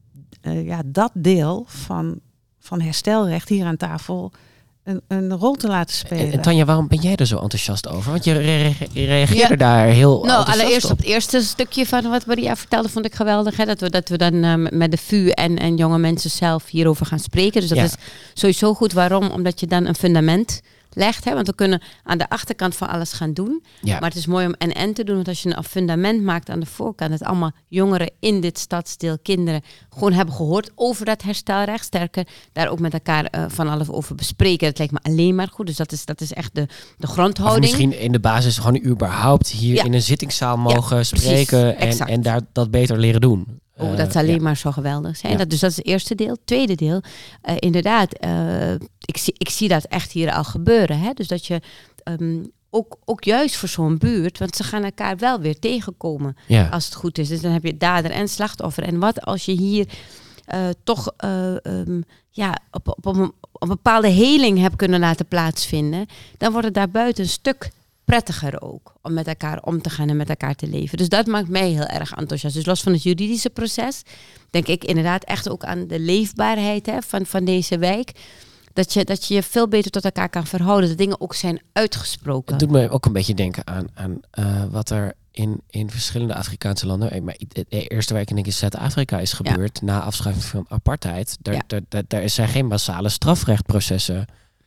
uh, ja, dat deel van, van herstelrecht hier aan tafel Een, een rol te laten spelen. En, en Tanja, waarom ben jij er zo enthousiast over? Want je re- re- reageerde ja. daar heel nou, enthousiast allereerst op. op het eerste stukje van wat Maria vertelde, vond ik geweldig. Hè? Dat we, dat we dan uh, met de V U en, en jonge mensen zelf hierover gaan spreken. Dus dat ja. is sowieso goed. Waarom? Omdat je dan een fundament legt. Hè? Want we kunnen aan de achterkant van alles gaan doen. Ja. Maar het is mooi om en-en te doen. Want als je een fundament maakt aan de voorkant, dat allemaal jongeren in dit stadsdeel, kinderen, gewoon hebben gehoord over dat herstelrecht. Sterker, daar ook met elkaar uh, van alles over bespreken. Dat lijkt me alleen maar goed. Dus dat is, dat is echt de, de grondhouding. Of misschien in de basis gewoon überhaupt hier ja. in een zittingszaal mogen ja, spreken en, en daar dat beter leren doen. Oh, dat zou alleen ja. maar zo geweldig zijn. Ja. Dat, dus dat is het eerste deel. Tweede deel, uh, inderdaad, uh, ik, zie, ik zie dat echt hier al gebeuren. Hè? Dus dat je um, ook, ook juist voor zo'n buurt, want ze gaan elkaar wel weer tegenkomen ja. als het goed is. Dus dan heb je dader en slachtoffer. En wat als je hier uh, toch uh, um, ja, op, op, op, een, op een bepaalde heling hebt kunnen laten plaatsvinden, dan wordt het daar buiten een stuk prettiger ook om met elkaar om te gaan en met elkaar te leven. Dus dat maakt mij heel erg enthousiast. Dus los van het juridische proces, denk ik inderdaad echt ook aan de leefbaarheid hè, van, van deze wijk. Dat je, dat je je veel beter tot elkaar kan verhouden. Dat dingen ook zijn uitgesproken. Het doet me ook een beetje denken aan, aan uh, wat er in, in verschillende Afrikaanse landen, maar de eerste wijk in Zuid-Afrika is gebeurd ja. na afschaffing van apartheid. Daar, ja. daar, daar, daar zijn geen massale strafrechtprocessen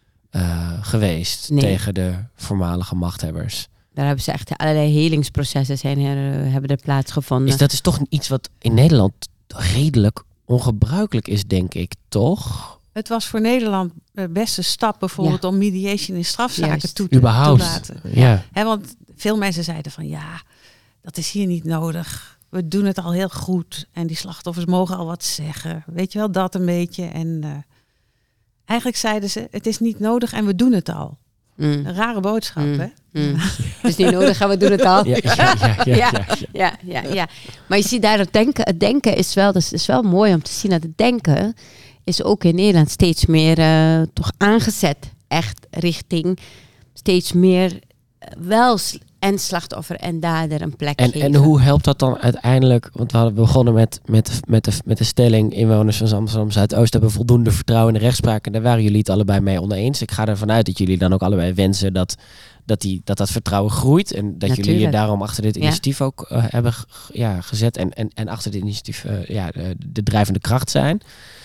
Uh, geweest nee. tegen de voormalige machthebbers. Daar hebben ze echt allerlei helingsprocessen zijn er, uh, hebben er plaatsgevonden. Is dat is toch iets wat in Nederland redelijk ongebruikelijk is, denk ik, toch? Het was voor Nederland de beste stap bijvoorbeeld ja. om mediation in strafzaken Juist. toe te Überhaupt. laten. Ja. He, want veel mensen zeiden van ja, dat is hier niet nodig. We doen het al heel goed en die slachtoffers mogen al wat zeggen. Weet je wel, dat een beetje en uh, eigenlijk zeiden ze, het is niet nodig en we doen het al. Mm. Een rare boodschap, mm. hè? Mm. Het is niet nodig en we doen het al. Ja, ja, ja, ja, ja, ja. ja, ja, ja. Maar je ziet daar het denken. Het denken is wel, dus is wel mooi om te zien dat het denken is ook in Nederland steeds meer uh, toch aangezet. Echt richting steeds meer uh, wel en slachtoffer en dader een plek en, geven. En hoe helpt dat dan uiteindelijk? Want we hadden begonnen met, met, met, de, met de stelling, inwoners van Amsterdam Zuidoost hebben voldoende vertrouwen in de rechtspraak. En daar waren jullie het allebei mee oneens. Ik ga ervan uit dat jullie dan ook allebei wensen dat dat, die, dat, dat vertrouwen groeit. En dat Natuurlijk. jullie je daarom achter dit initiatief ja. ook uh, hebben g- ja, gezet. En, en, en achter dit initiatief uh, ja, de, de drijvende kracht zijn.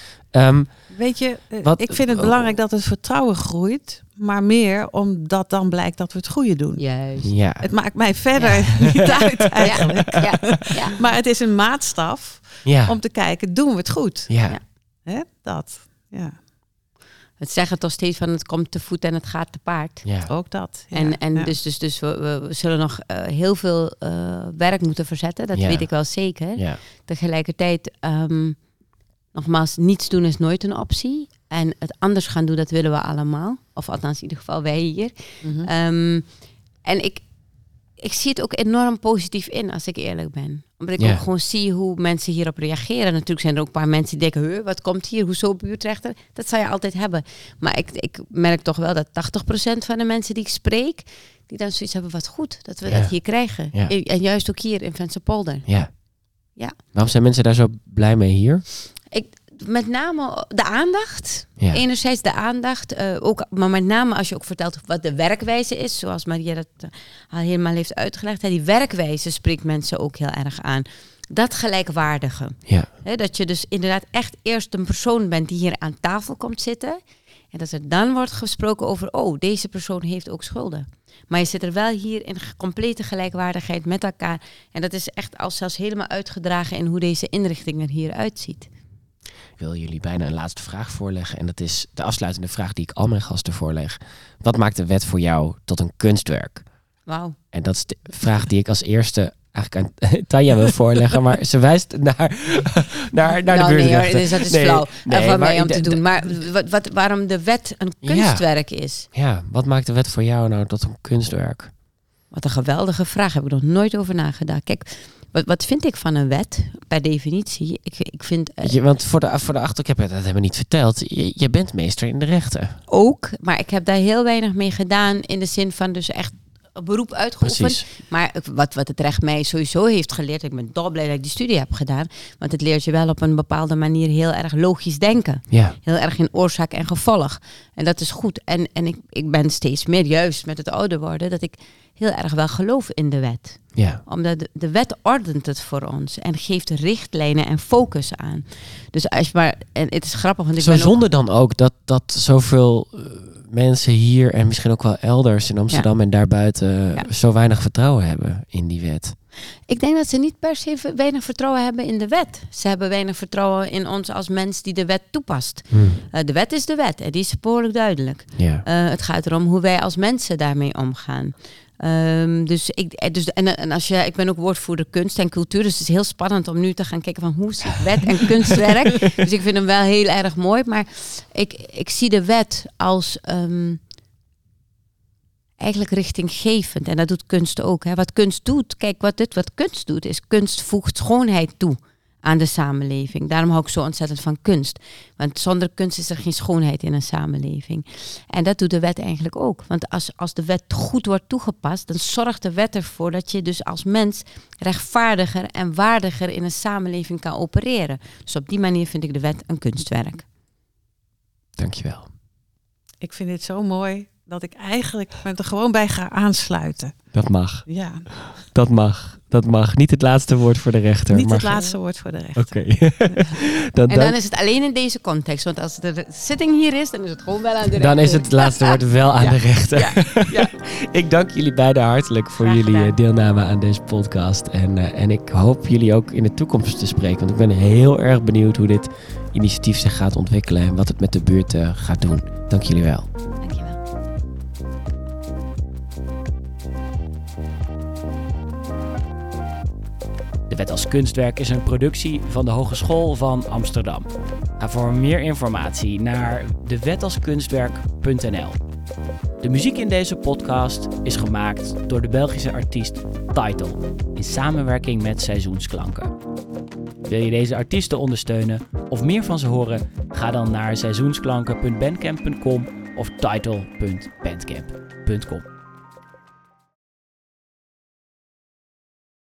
Um, Weet je, wat, ik vind het belangrijk dat het vertrouwen groeit. Maar meer omdat dan blijkt dat we het goede doen. Juist. Ja. Het maakt mij verder ja. niet uit eigenlijk. Ja. Ja. Ja. Maar het is een maatstaf ja. om te kijken, doen we het goed? Ja. Hè? Dat, ja. Het zeggen toch steeds van het komt te voet en het gaat te paard. Ja. Ook dat. Ja. En, en ja. dus, dus, dus we, we zullen nog uh, heel veel uh, werk moeten verzetten. Dat ja. weet ik wel zeker. Ja. Tegelijkertijd, um, nogmaals, niets doen is nooit een optie. En het anders gaan doen, dat willen we allemaal. Of althans in ieder geval wij hier. Mm-hmm. Um, en ik, ik zie het ook enorm positief in, als ik eerlijk ben. Omdat ik ja. ook gewoon zie hoe mensen hierop reageren. Natuurlijk zijn er ook een paar mensen die denken, huh, wat komt hier? Hoezo buurtrechter? Dat zou je altijd hebben. Maar ik, ik merk toch wel dat tachtig procent van de mensen die ik spreek, die dan zoiets hebben, wat goed dat we ja. dat hier krijgen. Ja. En juist ook hier in Vensterpolder. Ja. Ja. Waarom zijn mensen daar zo blij mee hier? Ik, met name de aandacht. Ja. Enerzijds de aandacht. Uh, ook, maar met name als je ook vertelt wat de werkwijze is. Zoals Maria dat uh, al helemaal heeft uitgelegd. Hè, die werkwijze spreekt mensen ook heel erg aan. Dat gelijkwaardige. Ja. Hè, dat je dus inderdaad echt eerst een persoon bent die hier aan tafel komt zitten. En dat er dan wordt gesproken over, oh, deze persoon heeft ook schulden. Maar je zit er wel hier in complete gelijkwaardigheid met elkaar. En dat is echt al zelfs helemaal uitgedragen in hoe deze inrichting er hier uitziet. Ik wil jullie bijna een laatste vraag voorleggen. En dat is de afsluitende vraag die ik al mijn gasten voorleg. Wat maakt de wet voor jou tot een kunstwerk? Wauw. En dat is de vraag die ik als eerste eigenlijk aan Tanja wil voorleggen. Maar ze wijst naar, naar, naar nou, de buurtrechten. Nee, hoor, dus dat is nee, flauw nee, van maar mij om de, te de, doen. Maar wat, wat, waarom de wet een kunstwerk ja, is? Ja, wat maakt de wet voor jou nou tot een kunstwerk? Wat een geweldige vraag. Heb ik nog nooit over nagedacht. Kijk, wat, wat vind ik van een wet? Per definitie. Ik, ik vind... Uh, je, want voor de, voor de achter, ik heb het dat hebben we niet verteld. Je, je bent meester in de rechten. Ook, maar ik heb daar heel weinig mee gedaan. In de zin van dus echt beroep uitgeoefend. Precies. Maar wat, wat het recht mij sowieso heeft geleerd. Ik ben dolblij dat ik die studie heb gedaan. Want het leert je wel op een bepaalde manier heel erg logisch denken. Ja. Heel erg in oorzaak en gevolg. En dat is goed. En, en ik, ik ben steeds meer, juist met het ouder worden, dat ik heel erg wel geloof in de wet. Ja. Omdat de, de wet ordent het voor ons en geeft richtlijnen en focus aan. Dus als je maar, en het is grappig, want ik Zo ben zonde ook, dan ook dat, dat zoveel uh, mensen hier en misschien ook wel elders in Amsterdam ja. en daarbuiten ja. zo weinig vertrouwen hebben in die wet. Ik denk dat ze niet per se weinig vertrouwen hebben in de wet. Ze hebben weinig vertrouwen in ons als mens die de wet toepast. Hmm. Uh, de wet is de wet en die is behoorlijk duidelijk. Ja. Uh, het gaat erom hoe wij als mensen daarmee omgaan. Um, dus ik, dus, en, en als je, ik ben ook woordvoerder kunst en cultuur, dus het is heel spannend om nu te gaan kijken van hoe ziet wet en kunstwerk. Dus ik vind hem wel heel erg mooi, maar ik, ik zie de wet als um, eigenlijk richtinggevend. En dat doet kunst ook. Hè. Wat kunst doet, kijk wat dit wat kunst doet, is kunst voegt schoonheid toe aan de samenleving. Daarom hou ik zo ontzettend van kunst. Want zonder kunst is er geen schoonheid in een samenleving. En dat doet de wet eigenlijk ook. Want als, als de wet goed wordt toegepast, dan zorgt de wet ervoor dat je dus als mens rechtvaardiger en waardiger in een samenleving kan opereren. Dus op die manier vind ik de wet een kunstwerk. Dankjewel. Ik vind dit zo mooi dat ik eigenlijk me er gewoon bij ga aansluiten. Dat mag. Ja. Dat mag. Dat mag. Niet het laatste woord voor de rechter. Niet maar... het laatste woord voor de rechter. Oké. Okay. dan, en dan is het alleen in deze context. Want als de zitting hier is, dan is het gewoon wel aan de rechter. Dan is het laatste woord wel aan ja. de rechter. Ja. Ja. Ik dank jullie beiden hartelijk voor Graag jullie gedaan. deelname aan deze podcast. En, uh, en ik hoop jullie ook in de toekomst te spreken. Want ik ben heel erg benieuwd hoe dit initiatief zich gaat ontwikkelen. En wat het met de buurt uh, gaat doen. Dank jullie wel. De Wet als Kunstwerk is een productie van de Hogeschool van Amsterdam. Ga voor meer informatie naar de wet als kunstwerk punt n l. De muziek in deze podcast is gemaakt door de Belgische artiest Title in samenwerking met Seizoensklanken. Wil je deze artiesten ondersteunen of meer van ze horen? Ga dan naar seizoensklanken punt bandcamp punt com of title punt bandcamp punt com.